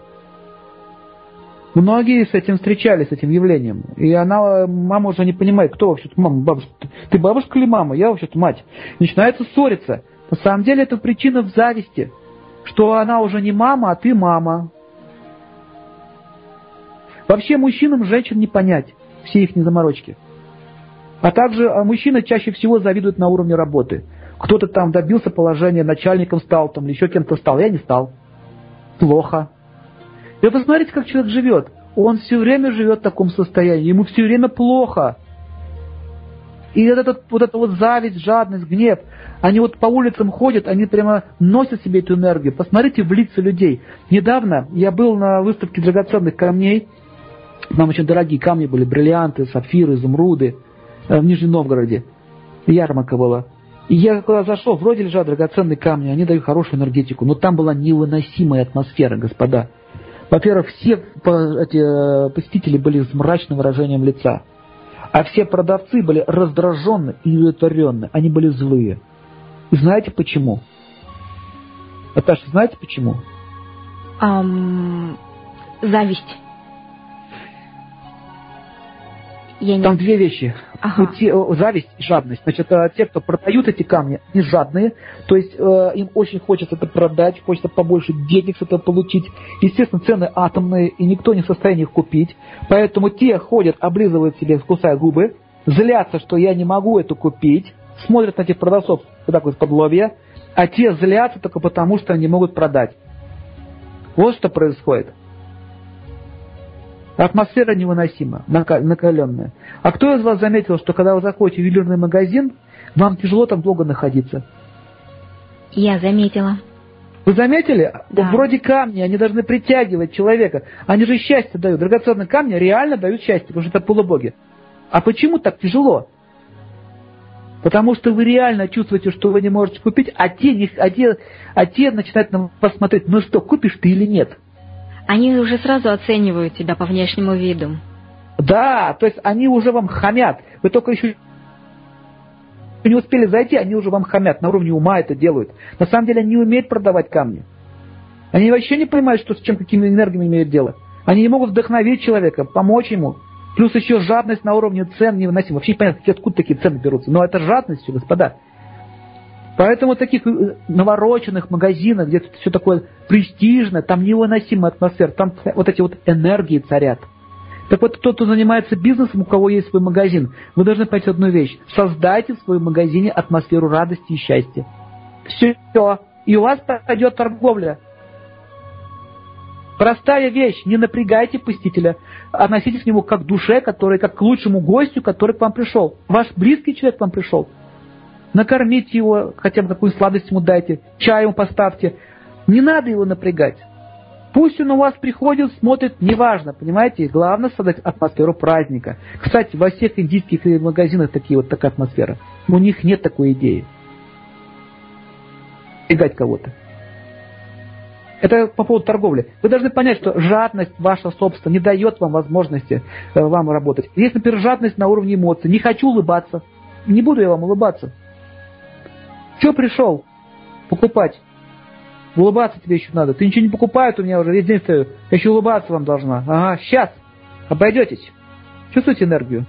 Многие с этим встречались, с этим явлением. И она, мама уже не понимает, кто вообще-то мама, бабушка. Ты бабушка или мама? Я вообще-то мать. И начинается ссориться. На самом деле это причина в зависти, что она уже не мама, а ты мама. Вообще мужчинам женщин не понять все их заморочки. А также мужчины чаще всего завидуют на уровне работы. Кто-то там добился положения, начальником стал, там, или еще кем-то стал. Я не стал. Плохо. И вы посмотрите, как человек живет. Он все время живет в таком состоянии. Ему все время плохо. И вот, этот, вот эта вот зависть, жадность, гнев, они вот по улицам ходят, они прямо носят себе эту энергию. Посмотрите в лица людей. Недавно я был на выставке драгоценных камней. Там очень дорогие камни были, бриллианты, сапфиры, изумруды в Нижнем Новгороде. Ярмарка была. И я когда зашел, вроде лежат драгоценные камни, они дают хорошую энергетику, но там была невыносимая атмосфера, господа. Во-первых, все эти посетители были с мрачным выражением лица, а все продавцы были раздраженны и удовлетворенны, они были злые. И знаете почему? Наташа, знаете почему? Um, зависть. Я не... Там две вещи. Ага. Те, зависть и жадность. Значит, те, кто продают эти камни, они жадные. То есть э, им очень хочется это продать, хочется побольше денег с этого получить. Естественно, цены атомные, и никто не в состоянии их купить. Поэтому те ходят, облизывают себе, кусая губы, злятся, что я не могу это купить, смотрят на этих продавцов вот вот из-под лобья, а те злятся только потому, что они не могут продать. Вот что происходит. Атмосфера невыносима, накаленная. А кто из вас заметил, что когда вы заходите в ювелирный магазин, вам тяжело там долго находиться? Я заметила. Вы заметили? Да. Вроде камни, они должны притягивать человека. Они же счастье дают. Драгоценные камни реально дают счастье, потому что это полубоги. А почему так тяжело? Потому что вы реально чувствуете, что вы не можете купить, а те, а те, а те начинают на вас смотреть: ну что, купишь ты или нет? Они уже сразу оценивают тебя по внешнему виду. Да, то есть они уже вам хамят. Вы только еще не успели зайти, они уже вам хамят. На уровне ума это делают. На самом деле они не умеют продавать камни. Они вообще не понимают, что, с чем, какими энергиями имеют дело. Они не могут вдохновить человека, помочь ему. Плюс еще жадность на уровне цен невыносима. Вообще непонятно, откуда такие цены берутся. Но это жадность, господа. Поэтому в таких навороченных магазинах, где все такое престижное, там невыносимая атмосфера, там вот эти вот энергии царят. Так вот, тот, кто занимается бизнесом, у кого есть свой магазин, вы должны понять одну вещь. Создайте в своем магазине атмосферу радости и счастья. Все. И у вас пойдет торговля. Простая вещь. Не напрягайте посетителя. Относитесь к нему как к душе, который, как к лучшему гостю, который к вам пришел. Ваш близкий человек к вам пришел. Накормите его, хотя бы какую сладость ему дайте, чай ему поставьте. Не надо его напрягать. Пусть он у вас приходит, смотрит, неважно, понимаете? Главное создать атмосферу праздника. Кстати, во всех индийских магазинах такие вот такая атмосфера. У них нет такой идеи. Напрягать кого-то. Это по поводу торговли. Вы должны понять, что жадность ваша собственная не дает вам возможности э, вам работать. Есть, например, жадность на уровне эмоций. Не хочу улыбаться. Не буду я вам улыбаться. Что пришел покупать? Улыбаться тебе еще надо. Ты ничего не покупаешь, у меня уже весь день стою. Я еще улыбаться вам должна. Ага, сейчас. Обойдетесь. Чувствуете энергию?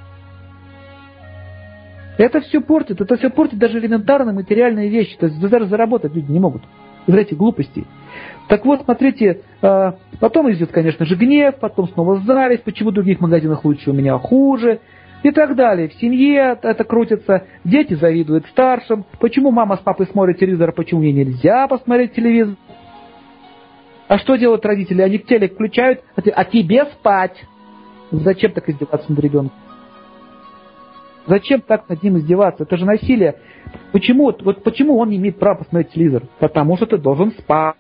Это все портит. Это все портит даже элементарные материальные вещи. То есть даже заработать люди не могут. Из этих глупостей. Так вот, смотрите, потом идет, конечно же, гнев, потом снова зависть, почему в других магазинах лучше, у меня хуже, и так далее. В семье это крутится, дети завидуют старшим, почему мама с папой смотрят телевизор, почему мне нельзя посмотреть телевизор. А что делают родители? Они телек включают, а тебе спать. Зачем так издеваться над ребенком? Зачем так над ним издеваться? Это же насилие. Почему, вот почему он не имеет права посмотреть телевизор? Потому что ты должен спать.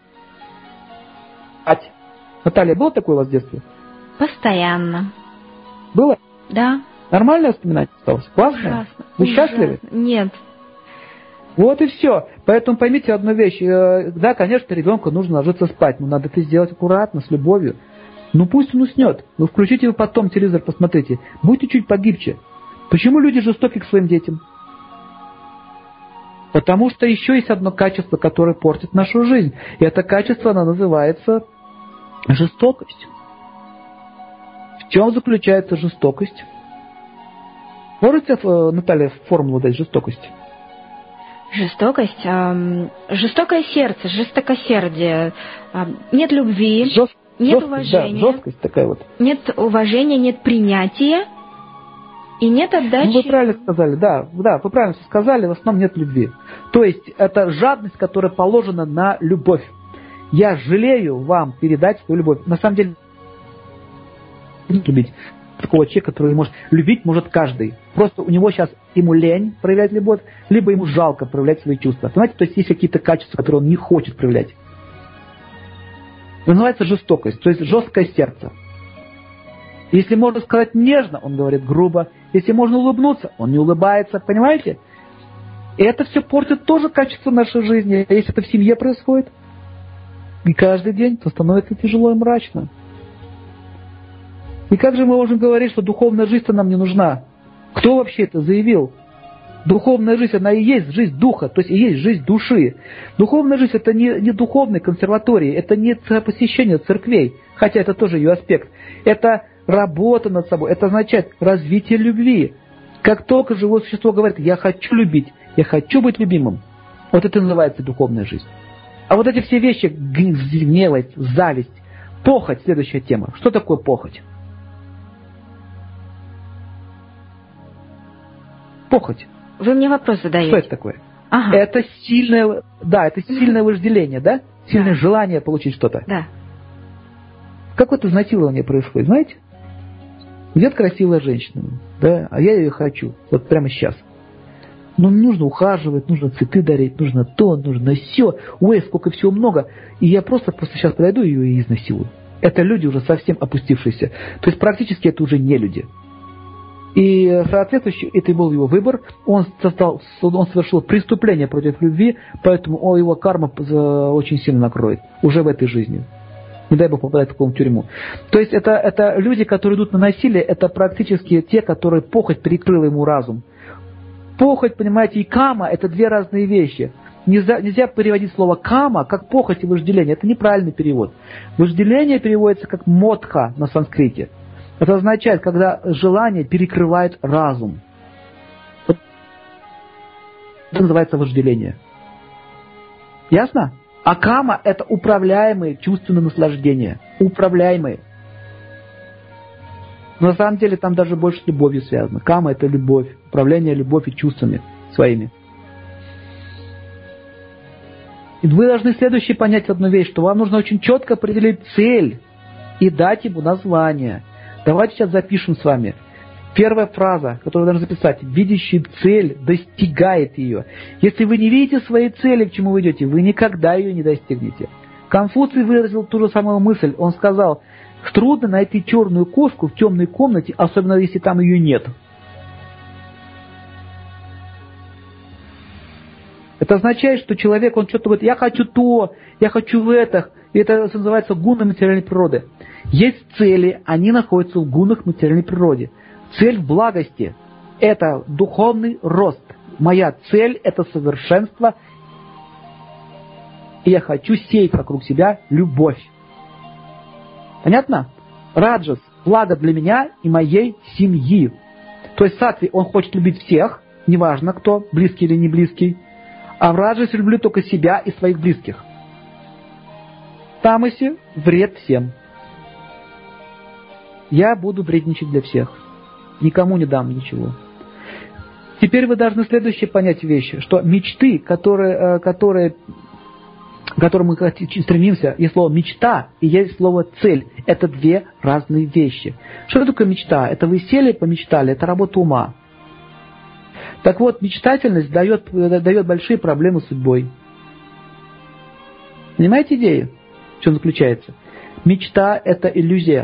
Наталья, было такое у вас в детстве? Постоянно. Было? Да. Нормальное воспоминание осталось? Классно? Ужасно. Вы Ужасно. счастливы? Нет. Вот и все. Поэтому поймите одну вещь. Да, конечно, ребенку нужно ложиться спать, но надо это сделать аккуратно, с любовью. Ну пусть он уснет. Ну включите вы потом телевизор, посмотрите. Будьте чуть погибче. Почему люди жестоки к своим детям? Потому что еще есть одно качество, которое портит нашу жизнь. И это качество, оно называется жестокость. В чем заключается жестокость? Можете, Наталья, формулу дать жестокости? Жестокость, эм, жестокое сердце, жестокосердие, эм, нет любви, Жест, нет жесткость, уважения, да, жесткость такая вот. Нет уважения, нет принятия и нет отдачи. Ну, вы правильно сказали, да, да, вы правильно все сказали, в основном нет любви. То есть это жадность, которая положена на любовь. Я жалею вам передать свою любовь. На самом деле, любить такого человека, который может любить может каждый. Просто у него сейчас ему лень проявлять любовь, либо ему жалко проявлять свои чувства. Понимаете, то есть есть какие-то качества, которые он не хочет проявлять. Это называется жестокость, то есть жесткое сердце. Если можно сказать нежно, он говорит грубо. Если можно улыбнуться, он не улыбается. Понимаете? И это все портит тоже качество нашей жизни. А если это в семье происходит, и каждый день, то становится тяжело и мрачно. И как же мы можем говорить, что духовная жизнь нам не нужна? Кто вообще это заявил? Духовная жизнь, она и есть жизнь духа, то есть и есть жизнь души. Духовная жизнь – это не, не духовные консерватории, это не посещение церквей, хотя это тоже ее аспект. Это работа над собой, это означает развитие любви. Как только живое существо говорит, я хочу любить, я хочу быть любимым, вот это называется духовная жизнь. А вот эти все вещи, гневность, зависть, похоть, следующая тема. Что такое похоть? Похоть. Вы мне вопрос задаете. Что это такое? Ага. Это сильное, да, это сильное вожделение, да? Сильное да. желание получить что-то. Да. Как вот изнасилование происходит, знаете? Идет красивая женщина, да, а я ее хочу, вот прямо сейчас. Но нужно ухаживать, нужно цветы дарить, нужно то, нужно все. Ой, сколько всего много. И я просто, просто сейчас подойду ее и изнасилую. Это люди уже совсем опустившиеся. То есть практически это уже не люди. И соответствующий, это был его выбор, он, создал, он совершил преступление против любви, поэтому его карма очень сильно накроет, уже в этой жизни. Не дай Бог попадать в такую тюрьму. То есть это, это люди, которые идут на насилие, это практически те, которые похоть перекрыла ему разум. Похоть, понимаете, и кама – это две разные вещи. Нельзя, нельзя переводить слово кама как похоть и вожделение, это неправильный перевод. Вожделение переводится как модха на санскрите. Это означает, когда желание перекрывает разум. Это называется вожделение. Ясно? А кама – это управляемые чувственные наслаждения. Управляемые. Но на самом деле там даже больше с любовью связано. Кама – это любовь. Управление любовью чувствами своими. И вы должны следующее понять одну вещь, что вам нужно очень четко определить цель и дать ему название. Давайте сейчас запишем с вами. Первая фраза, которую вы должны записать. Видящий цель достигает ее. Если вы не видите своей цели, к чему вы идете, вы никогда ее не достигнете. Конфуций выразил ту же самую мысль. Он сказал, трудно найти черную кошку в темной комнате, особенно если там ее нет. Это Это означает, что человек, он что-то говорит, я хочу то, я хочу в это. И это называется гуны материальной природы. Есть цели, они находятся в гунах материальной природы. Цель в благости – это духовный рост. Моя цель – это совершенство. И я хочу сеять вокруг себя любовь. Понятно? Раджас – благо для меня и моей семьи. То есть саттви, он хочет любить всех, неважно кто, близкий или не близкий. А в раджасе люблю только себя и своих близких. В тамасе вред всем. Я буду вредничать для всех. Никому не дам ничего. Теперь вы должны следующее понять вещи, что мечты, которые, которые, к которым мы стремимся, есть слово мечта и есть слово цель. Это две разные вещи. Что такое мечта? Это вы сели, помечтали, это работа ума. Так вот, мечтательность дает, дает большие проблемы с судьбой. Понимаете идею? В чем заключается? Мечта – это иллюзия.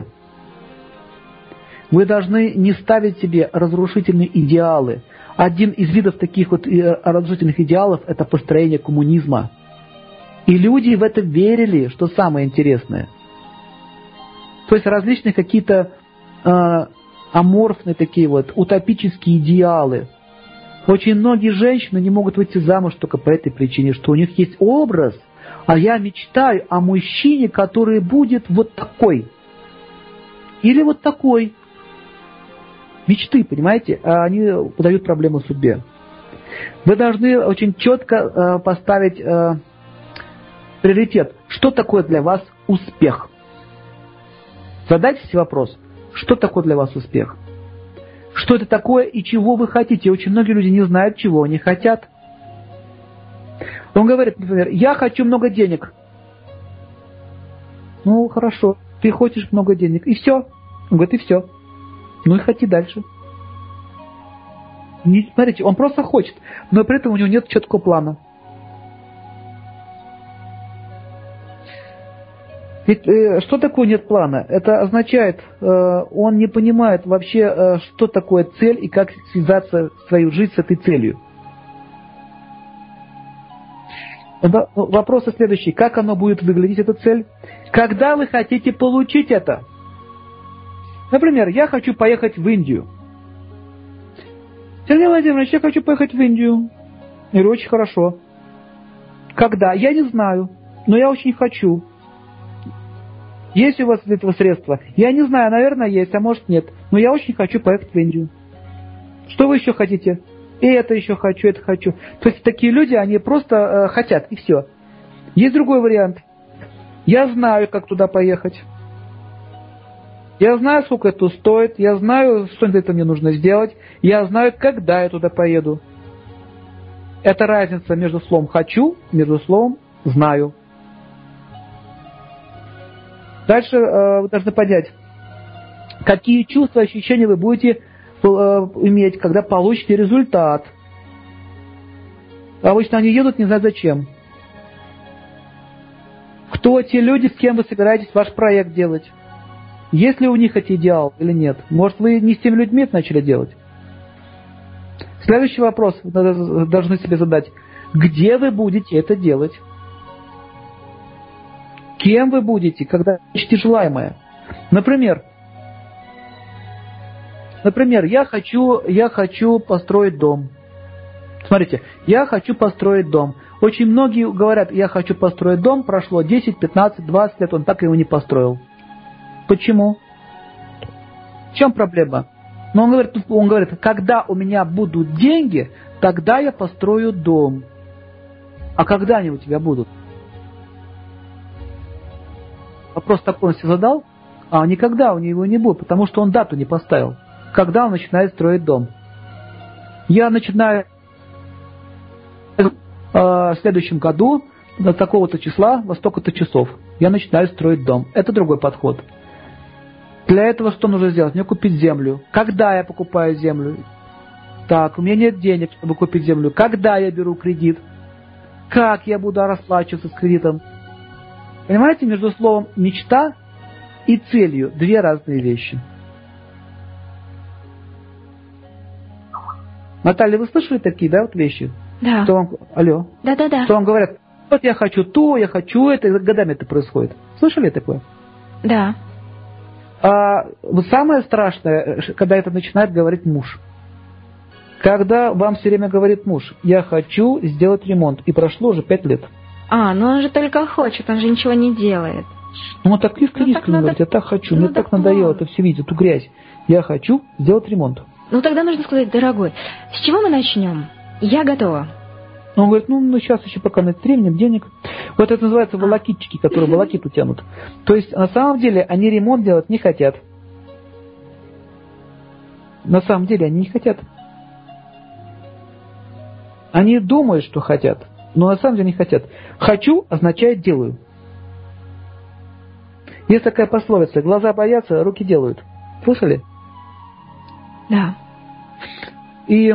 Вы должны не ставить себе разрушительные идеалы. Один из видов таких вот разрушительных идеалов – это построение коммунизма. И люди в это верили, что самое интересное. То есть различные какие-то э, аморфные такие вот утопические идеалы. Очень многие женщины не могут выйти замуж только по этой причине, что у них есть образ, а я мечтаю о мужчине, который будет вот такой. Или вот такой. Мечты, понимаете, они подают проблему судьбе. Вы должны очень четко э, поставить э, приоритет. Что такое для вас успех? Задайте себе вопрос, что такое для вас успех? Что это такое и чего вы хотите? Очень многие люди не знают, чего они хотят. Он говорит, например, я хочу много денег. Ну, хорошо, ты хочешь много денег. И все. Он говорит, и все. Ну и хоти дальше. Не, смотрите, он просто хочет, но при этом у него нет четкого плана. Ведь э, что такое нет плана? Это означает, э, он не понимает вообще, э, что такое цель и как связаться свою жизнь с этой целью. Вопрос следующий. Как оно будет выглядеть, эта цель? Когда вы хотите получить это? Например, я хочу поехать в Индию. Сергей Владимирович, я хочу поехать в Индию. Я говорю, очень хорошо. Когда? Я не знаю, но я очень хочу. Есть у вас для этого средства? Я не знаю, наверное, есть, а может нет. Но я очень хочу поехать в Индию. Что вы еще хотите? И это еще хочу, это хочу. То есть такие люди, они просто э, хотят, и все. Есть другой вариант. Я знаю, как туда поехать. Я знаю, сколько это стоит. Я знаю, что для этого мне нужно сделать. Я знаю, когда я туда поеду. Это разница между словом «хочу», между словом «знаю». Дальше э, вы должны понять, какие чувства, ощущения вы будете э, иметь, когда получите результат. Обычно они едут не знаю зачем. Кто те люди, с кем вы собираетесь ваш проект делать? Есть ли у них эти идеалы или нет? Может, вы не с теми людьми это начали делать? Следующий вопрос вы должны себе задать. Где вы будете это делать? Кем вы будете, когда ищете желаемое? Например, например, я хочу, я хочу построить дом. Смотрите, я хочу построить дом. Очень многие говорят, я хочу построить дом, прошло десять, пятнадцать, двадцать лет, он так его не построил. Почему? В чем проблема? Но он говорит, он говорит, когда у меня будут деньги, тогда я построю дом. А когда они у тебя будут? Вопрос такой он себе задал, а никогда у него не будет, потому что он дату не поставил. Когда он начинает строить дом? Я начинаю э, в следующем году, до такого-то числа, во столько-то часов. Я начинаю строить дом. Это другой подход. Для этого что нужно сделать? Мне купить землю. Когда я покупаю землю? Так, у меня нет денег, чтобы купить землю. Когда я беру кредит? Как я буду расплачиваться с кредитом? Понимаете, между словом «мечта» и целью две разные вещи. Наталья, вы слышали такие, да, вот вещи? Да. Что вам... Алло. Да-да-да. Что вам говорят, вот я хочу то, я хочу это, и годами это происходит. Слышали такое? Да. А самое страшное, когда это начинает говорить муж. Когда вам все время говорит муж, я хочу сделать ремонт, и прошло уже пять лет. А, ну он же только хочет, он же ничего не делает. Ну, он так искренне, ну, искренне говорит, я так хочу, мне так надо надоело план. это все видеть, эту грязь. Я хочу сделать ремонт. Ну тогда нужно сказать, дорогой, с чего мы начнем? Я готова. Он говорит, ну, ну сейчас еще пока нет времени, денег. Вот это называется волокитчики, которые волокиту тянут. То есть, на самом деле, они ремонт делать не хотят. На самом деле, они не хотят. Они думают, что хотят, но на самом деле не хотят. «Хочу» означает «делаю». Есть такая пословица, глаза боятся, руки делают. Слышали? Да. И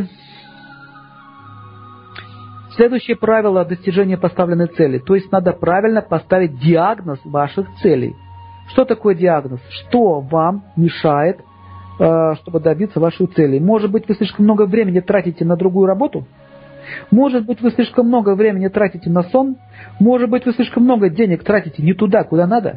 следующее правило достижения поставленной цели. То есть надо правильно поставить диагноз ваших целей. Что такое диагноз? Что вам мешает, чтобы добиться вашей цели? Может быть, вы слишком много времени тратите на другую работу? Может быть, вы слишком много времени тратите на сон? Может быть, вы слишком много денег тратите не туда, куда надо?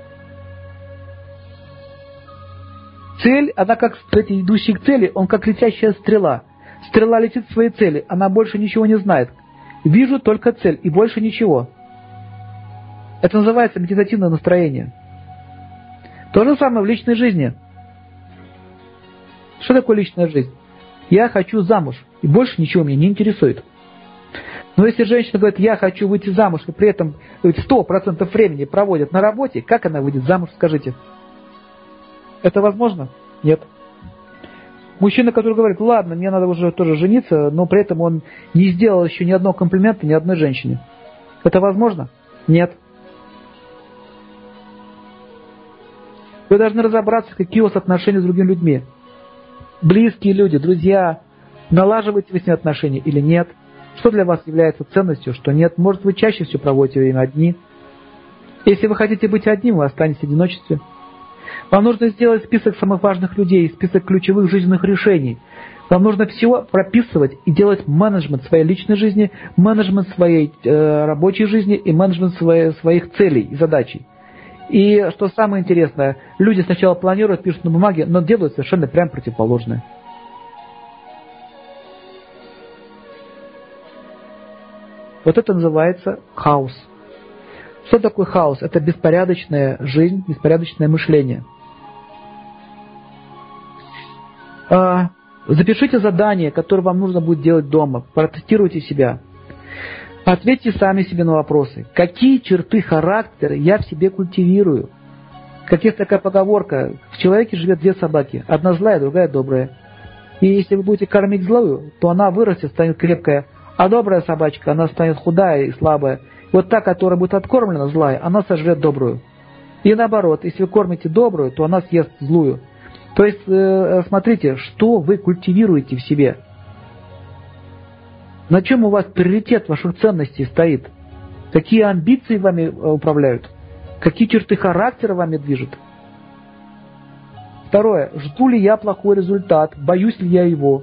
Цель, она как, кстати, идущий к цели, он как летящая стрела. Стрела летит к своей цели, она больше ничего не знает. Вижу только цель и больше ничего. Это называется медитативное настроение. То же самое в личной жизни. Что такое личная жизнь? Я хочу замуж, и больше ничего меня не интересует. Но если женщина говорит, я хочу выйти замуж, и при этом сто процентов времени проводит на работе, как она выйдет замуж, скажите? Это возможно? Нет. Мужчина, который говорит, ладно, мне надо уже тоже жениться, но при этом он не сделал еще ни одного комплимента ни одной женщине. Это возможно? Нет. Вы должны разобраться, какие у вас отношения с другими людьми. Близкие люди, друзья, налаживаете вы с ними отношения или нет? Что для вас является ценностью, что нет? Может, вы чаще всего проводите время одни? Если вы хотите быть одним, вы останетесь в одиночестве. Вам нужно сделать список самых важных людей, список ключевых жизненных решений. Вам нужно все прописывать и делать менеджмент своей личной жизни, менеджмент своей э, рабочей жизни и менеджмент своей, своих целей и задач. И что самое интересное, люди сначала планируют, пишут на бумаге, но делают совершенно прям противоположное. Вот это называется хаос. Что такое хаос? Это беспорядочная жизнь, беспорядочное мышление. Запишите задание, которое вам нужно будет делать дома. Протестируйте себя. Ответьте сами себе на вопросы. Какие черты характера я в себе культивирую? Как есть такая поговорка, в человеке живет две собаки. Одна злая, другая добрая. И если вы будете кормить злую, то она вырастет, станет крепкая. А добрая собачка, она станет худая и слабая. Вот та, которая будет откормлена злая, она сожрет добрую. И наоборот, если вы кормите добрую, то она съест злую. То есть, э, смотрите, что вы культивируете в себе. На чем у вас приоритет ваших ценностей стоит? Какие амбиции вами управляют? Какие черты характера вами движут? Второе. Жду ли я плохой результат? Боюсь ли я его?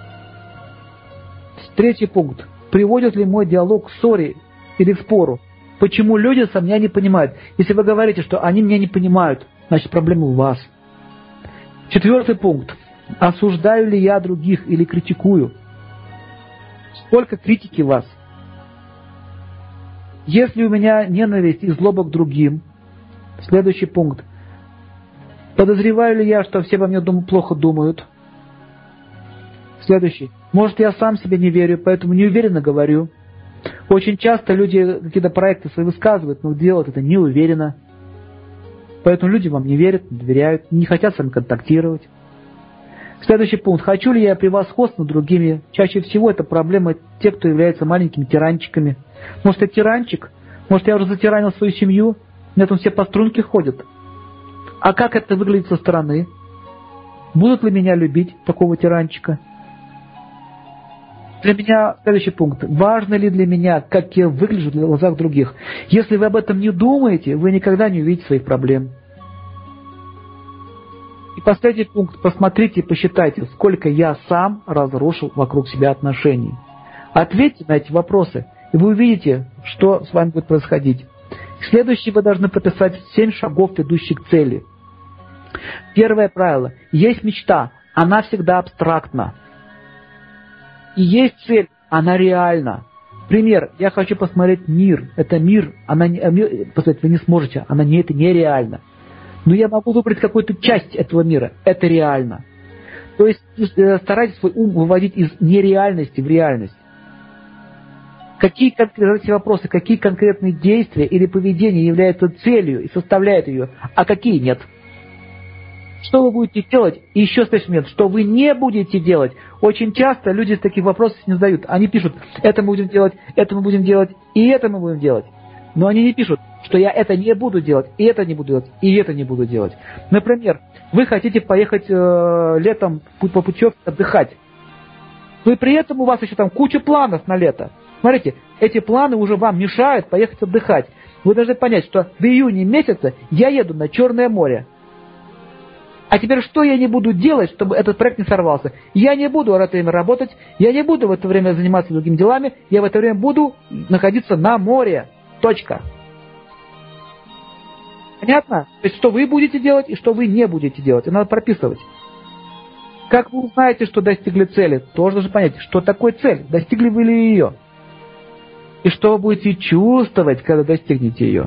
Третий пункт. Приводит ли мой диалог к ссоре или к спору? Почему люди со меня не понимают? Если вы говорите, что они меня не понимают, значит проблема у вас. Четвертый пункт. Осуждаю ли я других или критикую? Сколько критики в вас? Если у меня ненависть и злоба к другим, следующий пункт. Подозреваю ли я, что все во мне дум- плохо думают? Следующий. Может, я сам себе не верю, поэтому неуверенно говорю. Очень часто люди какие-то проекты свои высказывают, но делают это неуверенно. Поэтому люди вам не верят, не доверяют, не хотят с вами контактировать. Следующий пункт. Хочу ли я превосходство над другими? Чаще всего это проблема тех, кто является маленькими тиранчиками. Может, я тиранчик? Может, я уже затиранил свою семью? У меня там все по струнке ходят. А как это выглядит со стороны? Будут ли меня любить, такого тиранчика? Для меня, следующий пункт. Важно ли для меня, как я выгляжу в глазах других? Если вы об этом не думаете, вы никогда не увидите своих проблем. И последний пункт. Посмотрите и посчитайте, сколько я сам разрушил вокруг себя отношений. Ответьте на эти вопросы, и вы увидите, что с вами будет происходить. Следующее, вы должны прописать семь шагов, ведущих к цели. Первое правило. Есть мечта, она всегда абстрактна. И есть цель, она реальна. Пример. Я хочу посмотреть мир. Это мир, она не, посмотреть вы не сможете, она не, это нереально. Но я могу выбрать какую-то часть этого мира. Это реально. То есть старайтесь свой ум выводить из нереальности в реальность. Какие конкретные вопросы, какие конкретные действия или поведение являются целью и составляют ее, а какие нет. Что вы будете делать? И еще следующий момент, что вы не будете делать. Очень часто люди таких вопросов не задают. Они пишут, это мы будем делать, это мы будем делать, и это мы будем делать. Но они не пишут, что я это не буду делать, и это не буду делать, и это не буду делать. Например, вы хотите поехать э, летом по путевке отдыхать. Но и при этом у вас еще там куча планов на лето. Смотрите, эти планы уже вам мешают поехать отдыхать. Вы должны понять, что в июне месяце я еду на Черное море. А теперь что я не буду делать, чтобы этот проект не сорвался? Я не буду в это время работать, я не буду в это время заниматься другими делами, я в это время буду находиться на море. Точка. Понятно? То есть, что вы будете делать и что вы не будете делать. И надо прописывать. Как вы узнаете, что достигли цели? Тоже должны понять, что такое цель, достигли вы ли ее. И что вы будете чувствовать, когда достигнете ее.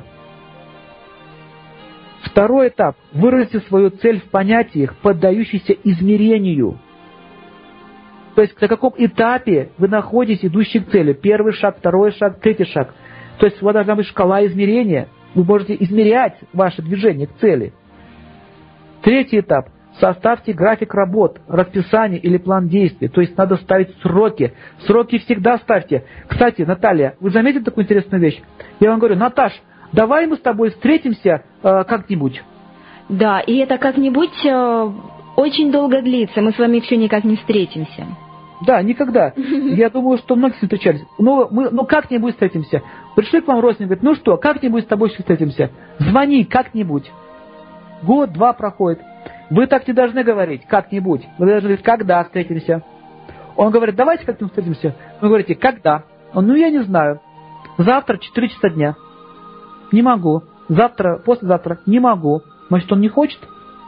Второй этап. Выразите свою цель в понятиях, поддающихся измерению. То есть, на каком этапе вы находитесь, идущий к цели. Первый шаг, второй шаг, третий шаг. То есть, у вас должна быть шкала измерения. Вы можете измерять ваше движение к цели. Третий этап. Составьте график работ, расписание или план действий. То есть, надо ставить сроки. Сроки всегда ставьте. Кстати, Наталья, вы заметили такую интересную вещь? Я вам говорю, Наташ, давай мы с тобой встретимся э, как-нибудь. Да, и это как-нибудь э, очень долго длится. Мы с вами все никак не встретимся. Да, никогда. Я думаю, что многие встречались. Ну, мы, ну как-нибудь встретимся. Пришли к вам родственники, говорят, ну что, как-нибудь с тобой встретимся. Звони как-нибудь. Год, два проходит. Вы так не должны говорить, как-нибудь. Вы должны говорить, когда встретимся. Он говорит, давайте как-нибудь встретимся. Вы говорите, когда? Он, ну я не знаю. Завтра четыре часа дня. Не могу. Завтра, послезавтра не могу. Значит, он не хочет?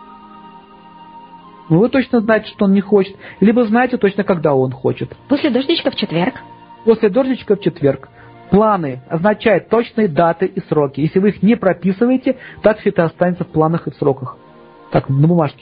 Вы точно знаете, что он не хочет. Либо знаете точно, когда он хочет. После дождичка в четверг. После дождичка в четверг. Планы означают точные даты и сроки. Если вы их не прописываете, так все это останется в планах и в сроках. Так, на бумажке.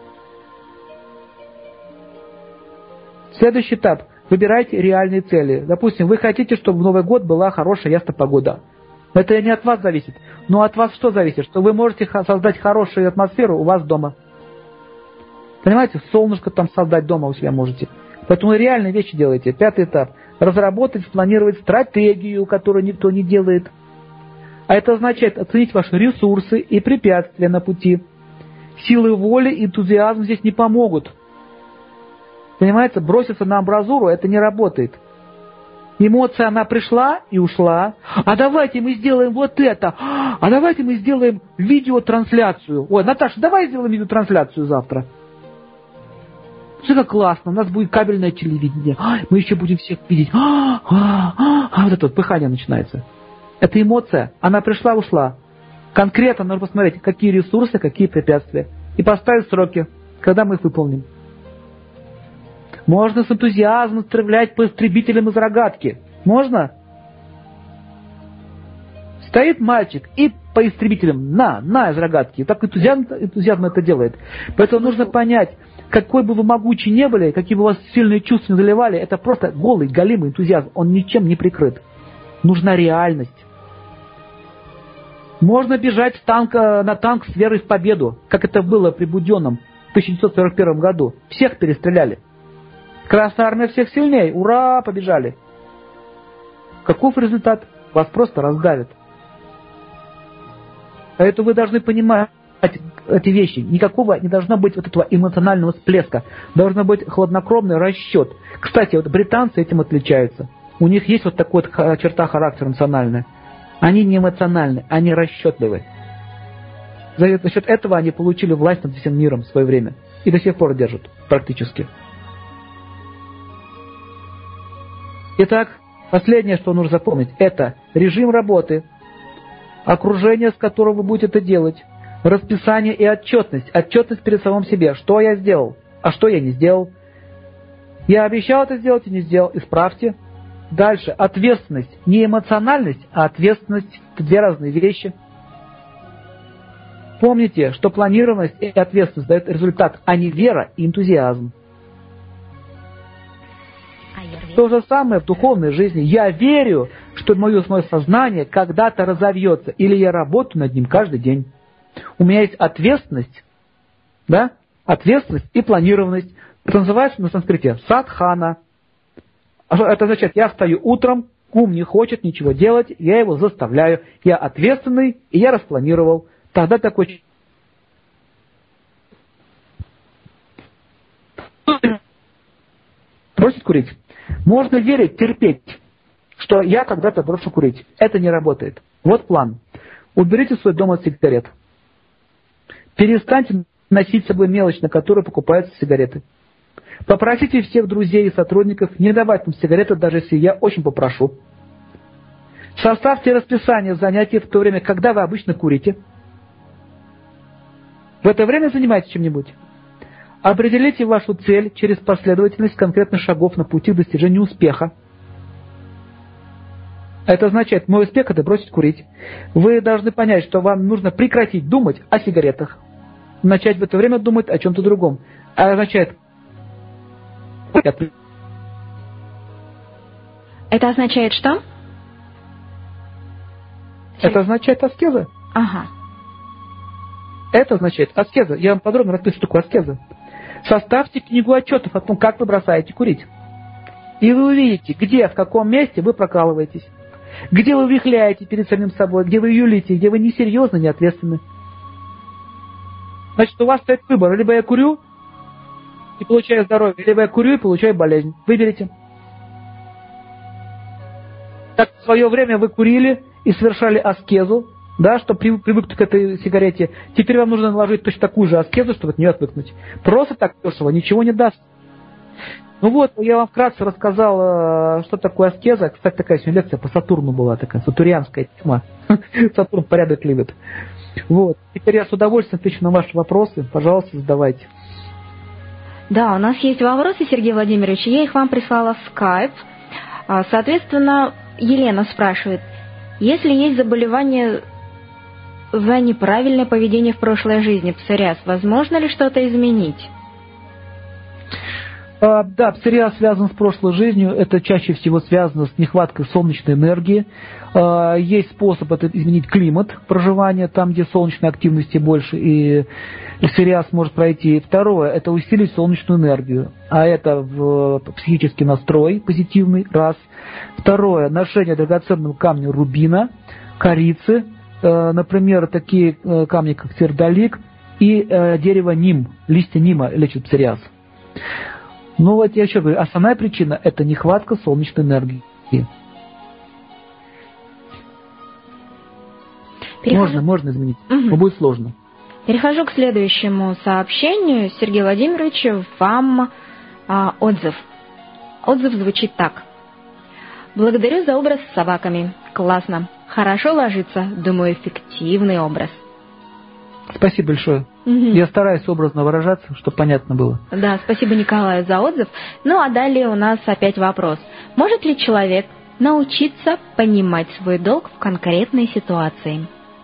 Следующий этап. Выбирайте реальные цели. Допустим, вы хотите, чтобы в Новый год была хорошая ясная погода. Это не от вас зависит. Но от вас что зависит? Что вы можете создать хорошую атмосферу у вас дома. Понимаете, солнышко там создать дома у себя можете. Поэтому реальные вещи делаете. Пятый этап. Разработать, спланировать стратегию, которую никто не делает. А это означает оценить ваши ресурсы и препятствия на пути. Силы воли и энтузиазм здесь не помогут. Понимаете, броситься на амбразуру это не работает. Эмоция, она пришла и ушла. А давайте мы сделаем вот это. А давайте мы сделаем видеотрансляцию. Ой, Наташа, давай сделаем видеотрансляцию завтра. Что как классно, у нас будет кабельное телевидение. Мы еще будем всех видеть. А, а, а вот это вот пыхание начинается. Это эмоция, она пришла, ушла. Конкретно нужно посмотреть, какие ресурсы, какие препятствия. И поставить сроки, когда мы их выполним. Можно с энтузиазмом стрелять по истребителям из рогатки. Можно? Стоит мальчик и по истребителям на, на из рогатки. Так энтузиазм, энтузиазм это делает. Поэтому нужно понять, какой бы вы могучий не были, какие бы у вас сильные чувства не заливали, это просто голый, голимый энтузиазм. Он ничем не прикрыт. Нужна реальность. Можно бежать с танка, на танк с верой в победу, как это было при Буденном в тысяча девятьсот сорок первом году. Всех перестреляли. Красная армия всех сильнее. Ура, побежали. Каков результат? Вас просто раздавят. Поэтому вы должны понимать эти вещи. Никакого не должно быть вот этого эмоционального всплеска. Должен быть хладнокровный расчет. Кстати, вот британцы этим отличаются. У них есть вот такая вот черта характера национальная. Они не эмоциональны, они расчетливы. За счет этого они получили власть над всем миром в свое время. И до сих пор держат, практически. Итак, последнее, что нужно запомнить, это режим работы, окружение, с которого вы будете это делать, расписание и отчетность. Отчетность перед самим себе. Что я сделал, а что я не сделал. Я обещал это сделать и не сделал. Исправьте. Дальше. Ответственность. Не эмоциональность, а ответственность. Это две разные вещи. Помните, что планированность и ответственность дают результат, а не вера и энтузиазм. То же самое в духовной жизни. Я верю, что мое, мое сознание когда-то разовьется, или я работаю над ним каждый день. У меня есть ответственность, да? Ответственность и планированность. Это называется на санскрите садхана. Это означает, я встаю утром, ум не хочет ничего делать, я его заставляю. Я ответственный, и я распланировал. Тогда такой... Бросить курить. Можно верить, терпеть, что я когда-то брошу курить. Это не работает. Вот план. Уберите свой дом от сигарет. Перестаньте носить с собой мелочь, на которую покупаются сигареты. Попросите всех друзей и сотрудников не давать им сигареты, даже если я очень попрошу. Составьте расписание занятий в то время, когда вы обычно курите. В это время занимайтесь чем-нибудь. Определите вашу цель через последовательность конкретных шагов на пути к достижению успеха. Это означает, мой успех – это бросить курить. Вы должны понять, что вам нужно прекратить думать о сигаретах. Начать в это время думать о чем-то другом. Это означает... Это означает что? Это означает аскеза. Ага. Это означает аскеза. Я вам подробно распишу, что такое аскеза. Составьте книгу отчетов о том, как вы бросаете курить. И вы увидите, где, в каком месте вы прокалываетесь. Где вы вихляете перед самим собой, где вы юлите, где вы несерьезны, неответственны. Значит, у вас стоит выбор. Либо я курю и получаю здоровье, либо я курю и получаю болезнь. Выберите. Так в свое время вы курили и совершали аскезу, да, чтобы привыкнуть к этой сигарете. Теперь вам нужно наложить точно такую же аскезу, чтобы от нее отвыкнуть. Просто так дешево ничего не даст. Ну вот, я вам вкратце рассказал, что такое аскеза. Кстати, такая сегодня лекция по Сатурну была, такая сатурянская тема. Сатурн порядок любит. Вот. Теперь я с удовольствием отвечу на ваши вопросы. Пожалуйста, задавайте. Да, у нас есть вопросы, Сергей Владимирович. Я их вам прислала в скайп. Соответственно, Елена спрашивает, если есть заболевание за неправильное поведение в прошлой жизни, псориаз, возможно ли что-то изменить? А, да, псориаз связан с прошлой жизнью. Это чаще всего связано с нехваткой солнечной энергии. А, есть способ это изменить климат проживания, там, где солнечной активности больше, и псориаз может пройти. Второе – это усилить солнечную энергию. А это в психический настрой позитивный, раз. Второе – ношение драгоценного камня рубина, корицы, э, например, такие камни, как сердолик, и э, дерево ним, листья нима лечат псориаз. Ну вот я еще говорю, основная причина – это нехватка солнечной энергии. Перехожу... Можно, можно изменить, угу. Но будет сложно. Перехожу к следующему сообщению. Сергей Владимирович, вам а, отзыв. Отзыв звучит так. Благодарю за образ с собаками. Классно. Хорошо ложится. Думаю, эффективный образ. Спасибо большое. Угу. Я стараюсь образно выражаться, чтобы понятно было. Да, спасибо Николаю за отзыв. Ну а далее у нас опять вопрос. Может ли человек научиться понимать свой долг в конкретной ситуации?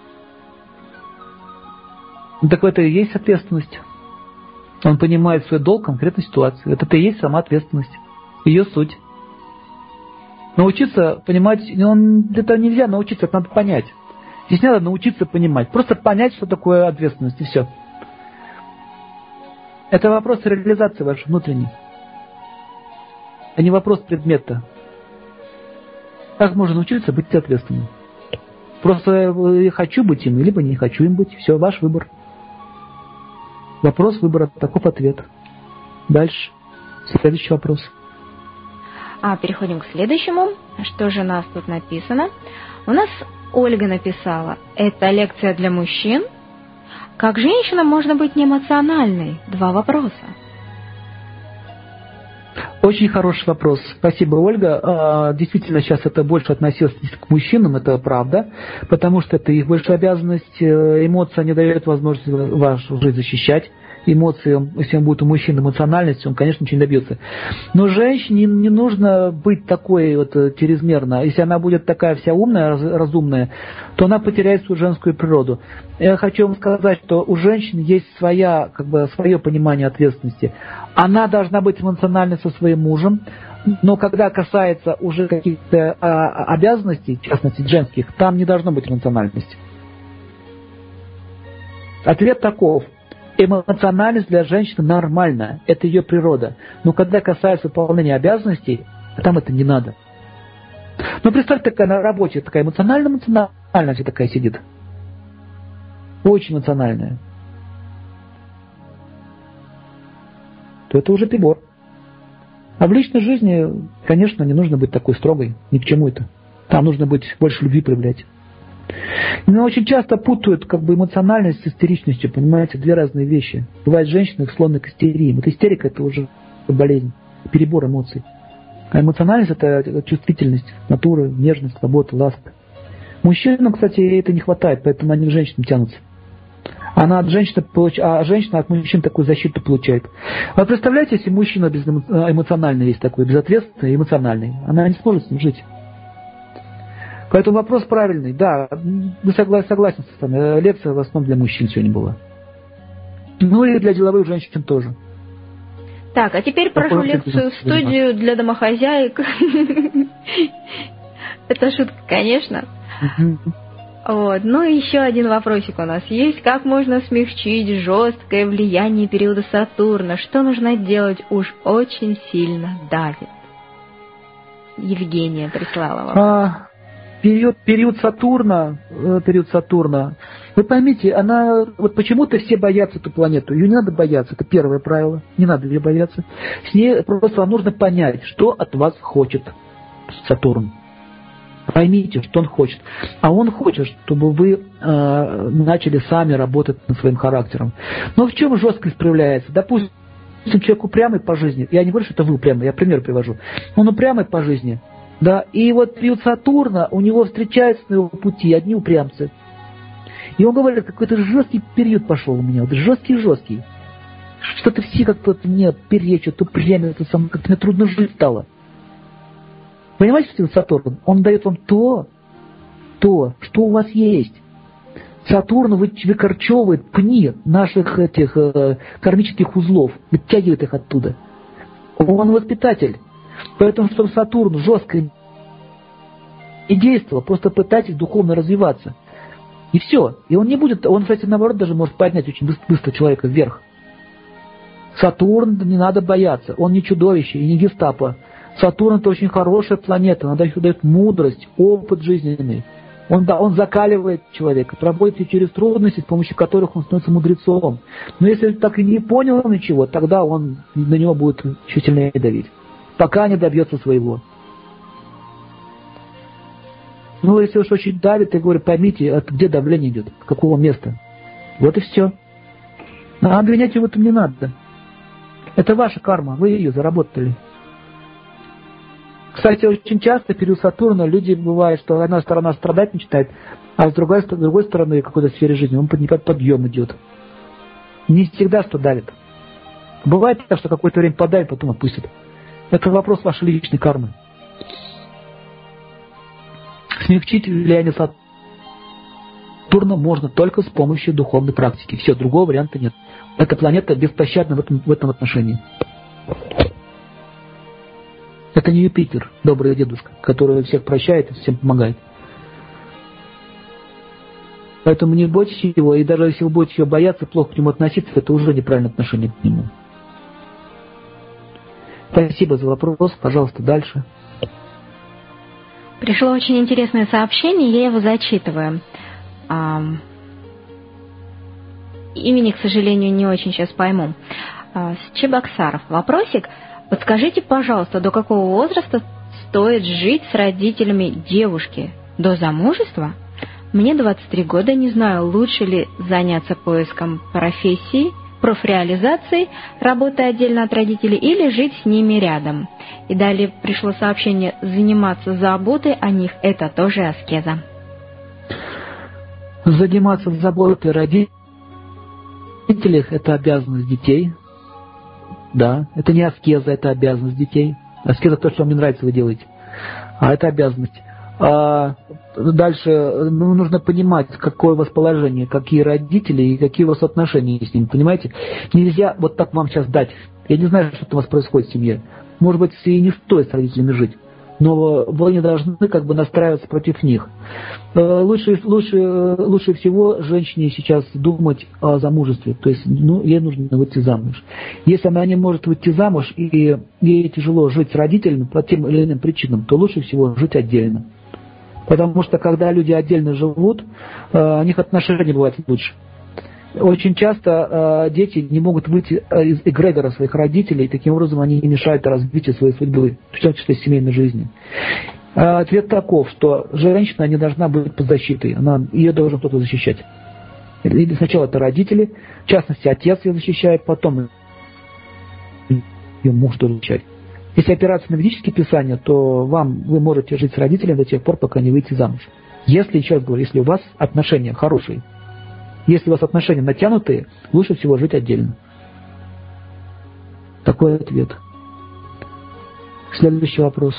Так в это и есть ответственность. Он понимает свой долг в конкретной ситуации. Это и есть сама ответственность. Ее суть. Научиться понимать, он, это нельзя научиться, это надо понять. Здесь не надо научиться понимать. Просто понять, что такое ответственность, и все. Это вопрос реализации вашей внутренней. А не вопрос предмета. Как можно научиться быть ответственным? Просто я хочу быть им, либо не хочу им быть. Все, ваш выбор. Вопрос выбора, таков ответ. Дальше. Следующий вопрос. А, переходим к следующему. Что же у нас тут написано? У нас Ольга написала, это лекция для мужчин. Как женщина можно быть неэмоциональной? Два вопроса. Очень хороший вопрос. Спасибо, Ольга. Действительно, сейчас это больше относилось к мужчинам, это правда, потому что это их большая обязанность. Эмоции не дают возможности вашу жизнь защищать. Эмоции, если он будет у мужчин эмоциональности, он, конечно, ничего не добьется. Но женщине не нужно быть такой вот чрезмерно. Если она будет такая вся умная, разумная, то она потеряет свою женскую природу. Я хочу вам сказать, что у женщин есть своя, как бы, свое понимание ответственности. Она должна быть эмоциональной со своим мужем, но когда касается уже каких-то а, обязанностей, в частности женских, там не должно быть эмоциональности. Ответ таков. Эмоциональность для женщины нормальна, это ее природа. Но когда касается выполнения обязанностей, там это не надо. Но представьте, такая на работе, такая эмоционально-эмоциональная такая сидит. Очень эмоциональная. То это уже перебор. А в личной жизни, конечно, не нужно быть такой строгой. Ни к чему это. Там нужно быть больше любви проявлять. Но очень часто путают как бы эмоциональность с истеричностью, понимаете, две разные вещи. Бывают женщины склонны к истерии. Вот истерика – это уже болезнь, перебор эмоций. А эмоциональность – это чувствительность, натура, нежность, забота, ласка. Мужчинам, кстати, это не хватает, поэтому они к женщинам тянутся. Она от женщины получ... А женщина от мужчин такую защиту получает. Вы представляете, если мужчина эмоциональный есть такой, безответственный, эмоциональный, она не сможет с ним жить. Поэтому вопрос правильный. Да, вы согласен, согласен с вами. Лекция в основном для мужчин сегодня была. Ну и для деловых женщин тоже. Так, а теперь прошу лекцию в студию для домохозяек. Это шутка, конечно. Вот. Ну и еще один вопросик у нас есть. Как можно смягчить жесткое влияние периода Сатурна? Что нужно делать? Уж очень сильно давит. Евгения прислала вам. Период, период Сатурна, период Сатурна, вы поймите, она, вот почему-то все боятся эту планету. Ее не надо бояться, это первое правило. Не надо ее бояться. С ней просто вам нужно понять, что от вас хочет Сатурн. Поймите, что он хочет. А он хочет, чтобы вы э, начали сами работать над своим характером. Но в чем жесткость проявляется? Допустим, человек упрямый по жизни. Я не говорю, что это вы упрямый, я пример привожу. Он упрямый по жизни. Да, и вот период Сатурна, у него встречаются на его пути одни упрямцы. И он говорит, какой-то жесткий период пошел у меня, вот жесткий-жесткий. Что-то все как-то мне перечат, упрямятся, как-то мне трудно жить стало. Понимаете, что Сатурн? Он дает вам то, то, что у вас есть. Сатурн выкорчевывает пни наших этих э, кармических узлов, вытягивает их оттуда. Он воспитатель. Поэтому, чтобы Сатурн жестко не действовал, просто пытайтесь духовно развиваться. И все. И он не будет, он, кстати, наоборот, даже может поднять очень быстро человека вверх. Сатурн не надо бояться. Он не чудовище и не гестапо. Сатурн – это очень хорошая планета. Она дает мудрость, опыт жизненный. Он, да, он закаливает человека, проводит через трудности, с помощью которых он становится мудрецом. Но если он так и не понял ничего, тогда он на него будет еще сильнее давить. Пока не добьется своего. Ну, если уж очень давит, я говорю, поймите, где давление идет, с какого места. Вот и все. А обвинять его в этом не надо. Это ваша карма, вы ее заработали. Кстати, очень часто в период Сатурна люди бывает, что одна сторона страдать мечтает, а с другой, с другой стороны, в какой-то сфере жизни, он под подъем идет. Не всегда что давит. Бывает так, что какое-то время подавит, потом отпустит. Это вопрос вашей личной кармы. Смягчить влияние Сатурна можно только с помощью духовной практики. Все, другого варианта нет. Эта планета беспощадна в этом, в этом отношении. Это не Юпитер, добрый дедушка, который всех прощает и всем помогает. Поэтому не бойтесь его, и даже если вы будете его бояться, плохо к нему относиться, это уже неправильное отношение к нему. Спасибо за вопрос. Пожалуйста, дальше. Пришло очень интересное сообщение, я его зачитываю. А... Имени, к сожалению, не очень сейчас пойму. А, с Чебоксаров. Вопросик. Подскажите, пожалуйста, до какого возраста стоит жить с родителями девушки? До замужества? Мне двадцать три года, не знаю, лучше ли заняться поиском профессии, профреализацией, работая отдельно от родителей, или жить с ними рядом. И далее пришло сообщение: заниматься заботой о них – это тоже аскеза. Заниматься заботой о родителях – это обязанность детей. Да, это не аскеза, это обязанность детей. Аскеза – то, что вам не нравится, вы делаете. А это обязанность. А дальше ну, нужно понимать, какое у вас положение, какие родители и какие у вас отношения с ними. Понимаете? Нельзя вот так вам сейчас дать. Я не знаю, что у вас происходит в семье. Может быть, и не стоит с родителями жить. Но вы не должны как бы настраиваться против них. Лучше, лучше, лучше всего женщине сейчас думать о замужестве. То есть ну, ей нужно выйти замуж. Если она не может выйти замуж и ей тяжело жить с родителями по тем или иным причинам, то лучше всего жить отдельно. Потому что когда люди отдельно живут, у них отношения бывают лучше. Очень часто э, дети не могут выйти из эгрегора своих родителей, и таким образом они мешают развитию своей судьбы, в том числе семейной жизни. Э, ответ таков, что женщина не должна быть под защитой, она, ее должен кто-то защищать. Или сначала это родители, в частности отец ее защищает, потом ее муж должен защищать. Если опираться на ведические писания, то вам, вы можете жить с родителями до тех пор, пока не выйдете замуж. Если, еще раз говорю, если у вас отношения хорошие, если у вас отношения натянутые, лучше всего жить отдельно. Такой ответ. Следующий вопрос.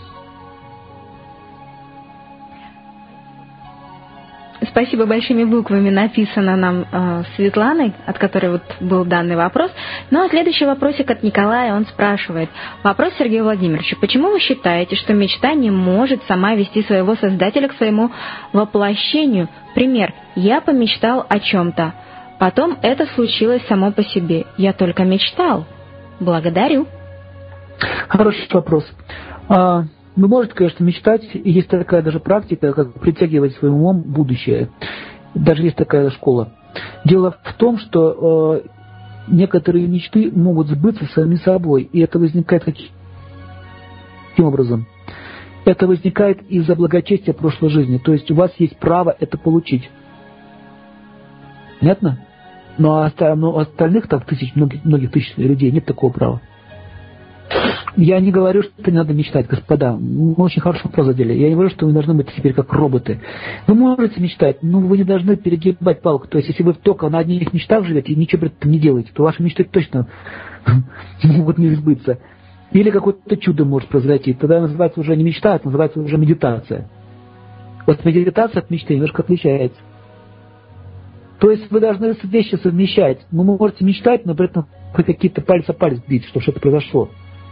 Спасибо, большими буквами написано нам э, Светланой, от которой вот был данный вопрос. Ну а следующий вопросик от Николая, он спрашивает. Вопрос Сергею Владимировичу. Почему вы считаете, что мечта не может сама вести своего создателя к своему воплощению? Пример. Я помечтал о чем-то. Потом это случилось само по себе. Я только мечтал. Благодарю. Хороший вопрос. А... Вы можете, конечно, мечтать, и есть такая даже практика, как притягивать своим умом будущее. Даже есть такая школа. Дело в том, что э, некоторые мечты могут сбыться сами собой, и это возникает каким образом? Это возникает из-за благочестия прошлой жизни. То есть у вас есть право это получить. Понятно? Но у остальных там тысяч, многих, многих тысяч людей нет такого права. Я не говорю, что не надо мечтать, господа. Мы очень хороший вопрос задели. Я не говорю, что вы должны быть теперь как роботы. Вы можете мечтать, но вы не должны перегибать палку. То есть, если вы только на одних мечтах живете и ничего при этом не делаете, то ваши мечты точно могут не сбыться. Или какое-то чудо может произойти. Тогда называется уже не мечта, а называется уже медитация. Вот медитация от мечты немножко отличается. То есть вы должны вещи совмещать. Вы можете мечтать, но при этом хоть какие-то пальцы о палец бить, чтобы что-то произошло.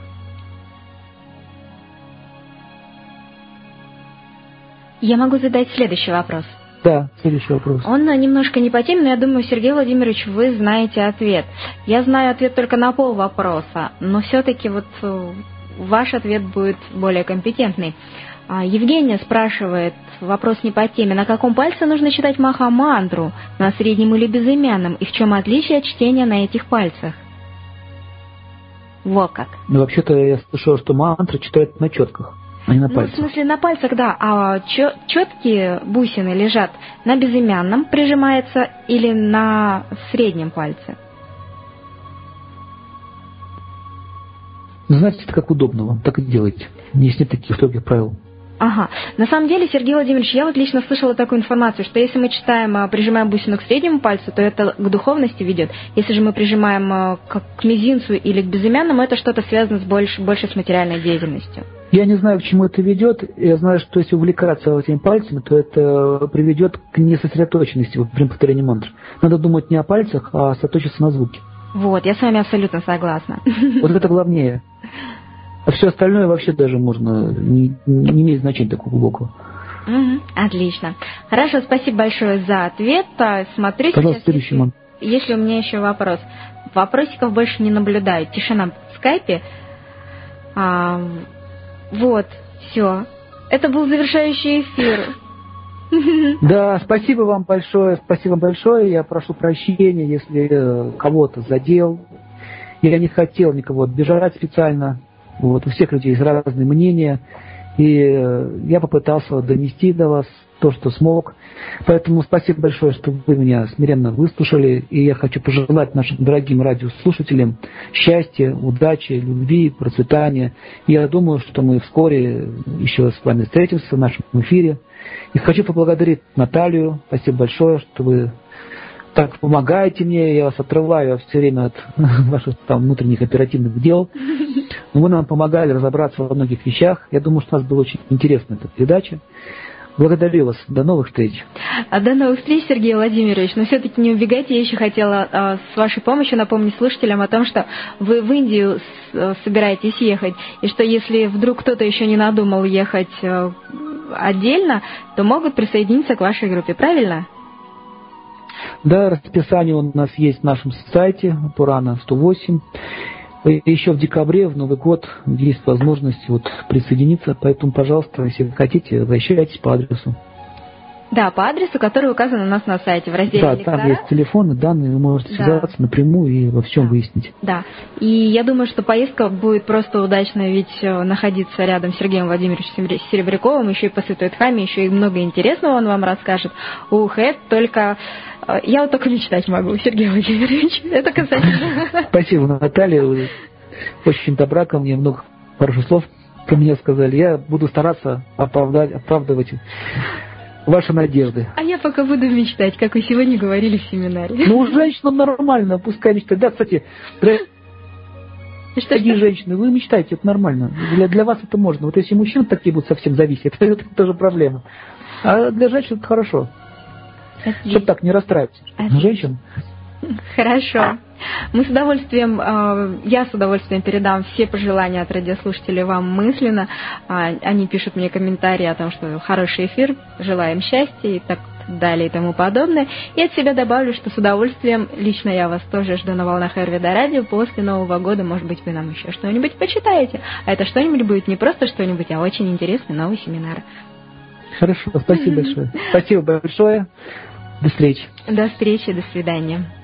Я могу задать следующий вопрос. Да, следующий вопрос. Он немножко не по теме, но я думаю, Сергей Владимирович, вы знаете ответ. Я знаю ответ только на пол вопроса, но все-таки вот ваш ответ будет более компетентный. Евгения спрашивает, вопрос не по теме, на каком пальце нужно читать маха-мантру, на среднем или безымянном, и в чем отличие от чтения на этих пальцах? Во как. Ну, вообще-то я слышал, что мантры читают на четках. А не на пальцах. Ну, в смысле, на пальцах, да. А четкие бусины лежат на безымянном, прижимается, или на среднем пальце? Знаете, это как удобно вам, так и делайте. Здесь нет таких строгих правил. Ага. На самом деле, Сергей Владимирович, я вот лично слышала такую информацию, что если мы читаем, прижимаем бусину к среднему пальцу, то это к духовности ведет. Если же мы прижимаем к мизинцу или к безымянному, это что-то связано с больше, больше с материальной деятельностью. Я не знаю, к чему это ведет. Я знаю, что если увлекаться этими пальцами, то это приведет к несосредоточенности при повторении мантр. Надо думать не о пальцах, а сосредоточиться на звуке. Вот, я с вами абсолютно согласна. Вот это главнее. А все остальное вообще даже можно, не, не имеет значения такого глубокого. Угу, отлично. Хорошо, спасибо большое за ответ. Смотрю Пожалуйста, сейчас, следующий если, если у меня еще вопрос. Вопросиков больше не наблюдаю. Тишина в скайпе. А, вот, все. Это был завершающий эфир. Да, спасибо вам большое, спасибо вам большое. Я прошу прощения, если кого-то задел. Я не хотел никого обижать специально. Вот, у всех людей есть разные мнения. И я попытался донести до вас то, что смог. Поэтому спасибо большое, что вы меня смиренно выслушали. И я хочу пожелать нашим дорогим радиослушателям счастья, удачи, любви, процветания. И я думаю, что мы вскоре еще с вами встретимся в нашем эфире. И хочу поблагодарить Наталью. Спасибо большое, что вы так помогаете мне. Я вас отрываю все время от ваших там внутренних оперативных дел. Вы нам помогали разобраться во многих вещах. Я думаю, что у нас была очень интересная эта передача. Благодарю вас. До новых встреч. А до новых встреч, Сергей Владимирович. Но все-таки не убегайте. Я еще хотела а, с вашей помощью напомнить слушателям о том, что вы в Индию с, собираетесь ехать. И что если вдруг кто-то еще не надумал ехать а, отдельно, то могут присоединиться к вашей группе. Правильно? Да, расписание у нас есть на нашем сайте Пурана сто восемь. И еще в декабре, в Новый год, есть возможность вот присоединиться. Поэтому, пожалуйста, если вы хотите, обращайтесь по адресу. Да, по адресу, который указан у нас на сайте в разделе Да, «Лектора». там есть телефоны, данные, вы можете Да. связаться напрямую и во всем Да. выяснить. Да, и я думаю, что поездка будет просто удачной, ведь находиться рядом с Сергеем Владимировичем Серебряковым, еще и по Святой Дхаме, еще и много интересного он вам расскажет. Ух, это только... Я вот только мечтать могу, Сергей Владимирович. Это касательно... Спасибо, Наталья. Вы очень добра ко мне, много хороших слов про меня сказали. Я буду стараться оправдать, оправдывать ваши надежды. А я пока буду мечтать, как вы сегодня говорили в семинаре. Ну, женщинам нормально, пускай мечтают. Да, кстати, дорогие женщины, вы мечтаете, это нормально. Для, для вас это можно. Вот если мужчины такие будут совсем зависеть, это, это тоже проблема. А для женщин это хорошо. Чтобы так не расстраиваться. Женщин. Хорошо. Мы с удовольствием, я с удовольствием передам все пожелания от радиослушателей вам мысленно. Они пишут мне комментарии о том, что хороший эфир, желаем счастья и так далее и тому подобное. И от себя добавлю, что с удовольствием лично я вас тоже жду на волнах Аюрведа радио. После Нового года, может быть, вы нам еще что-нибудь почитаете. А это что-нибудь будет не просто что-нибудь, а очень интересный новый семинар. Хорошо, спасибо большое. Спасибо большое. До встречи. До встречи, до свидания.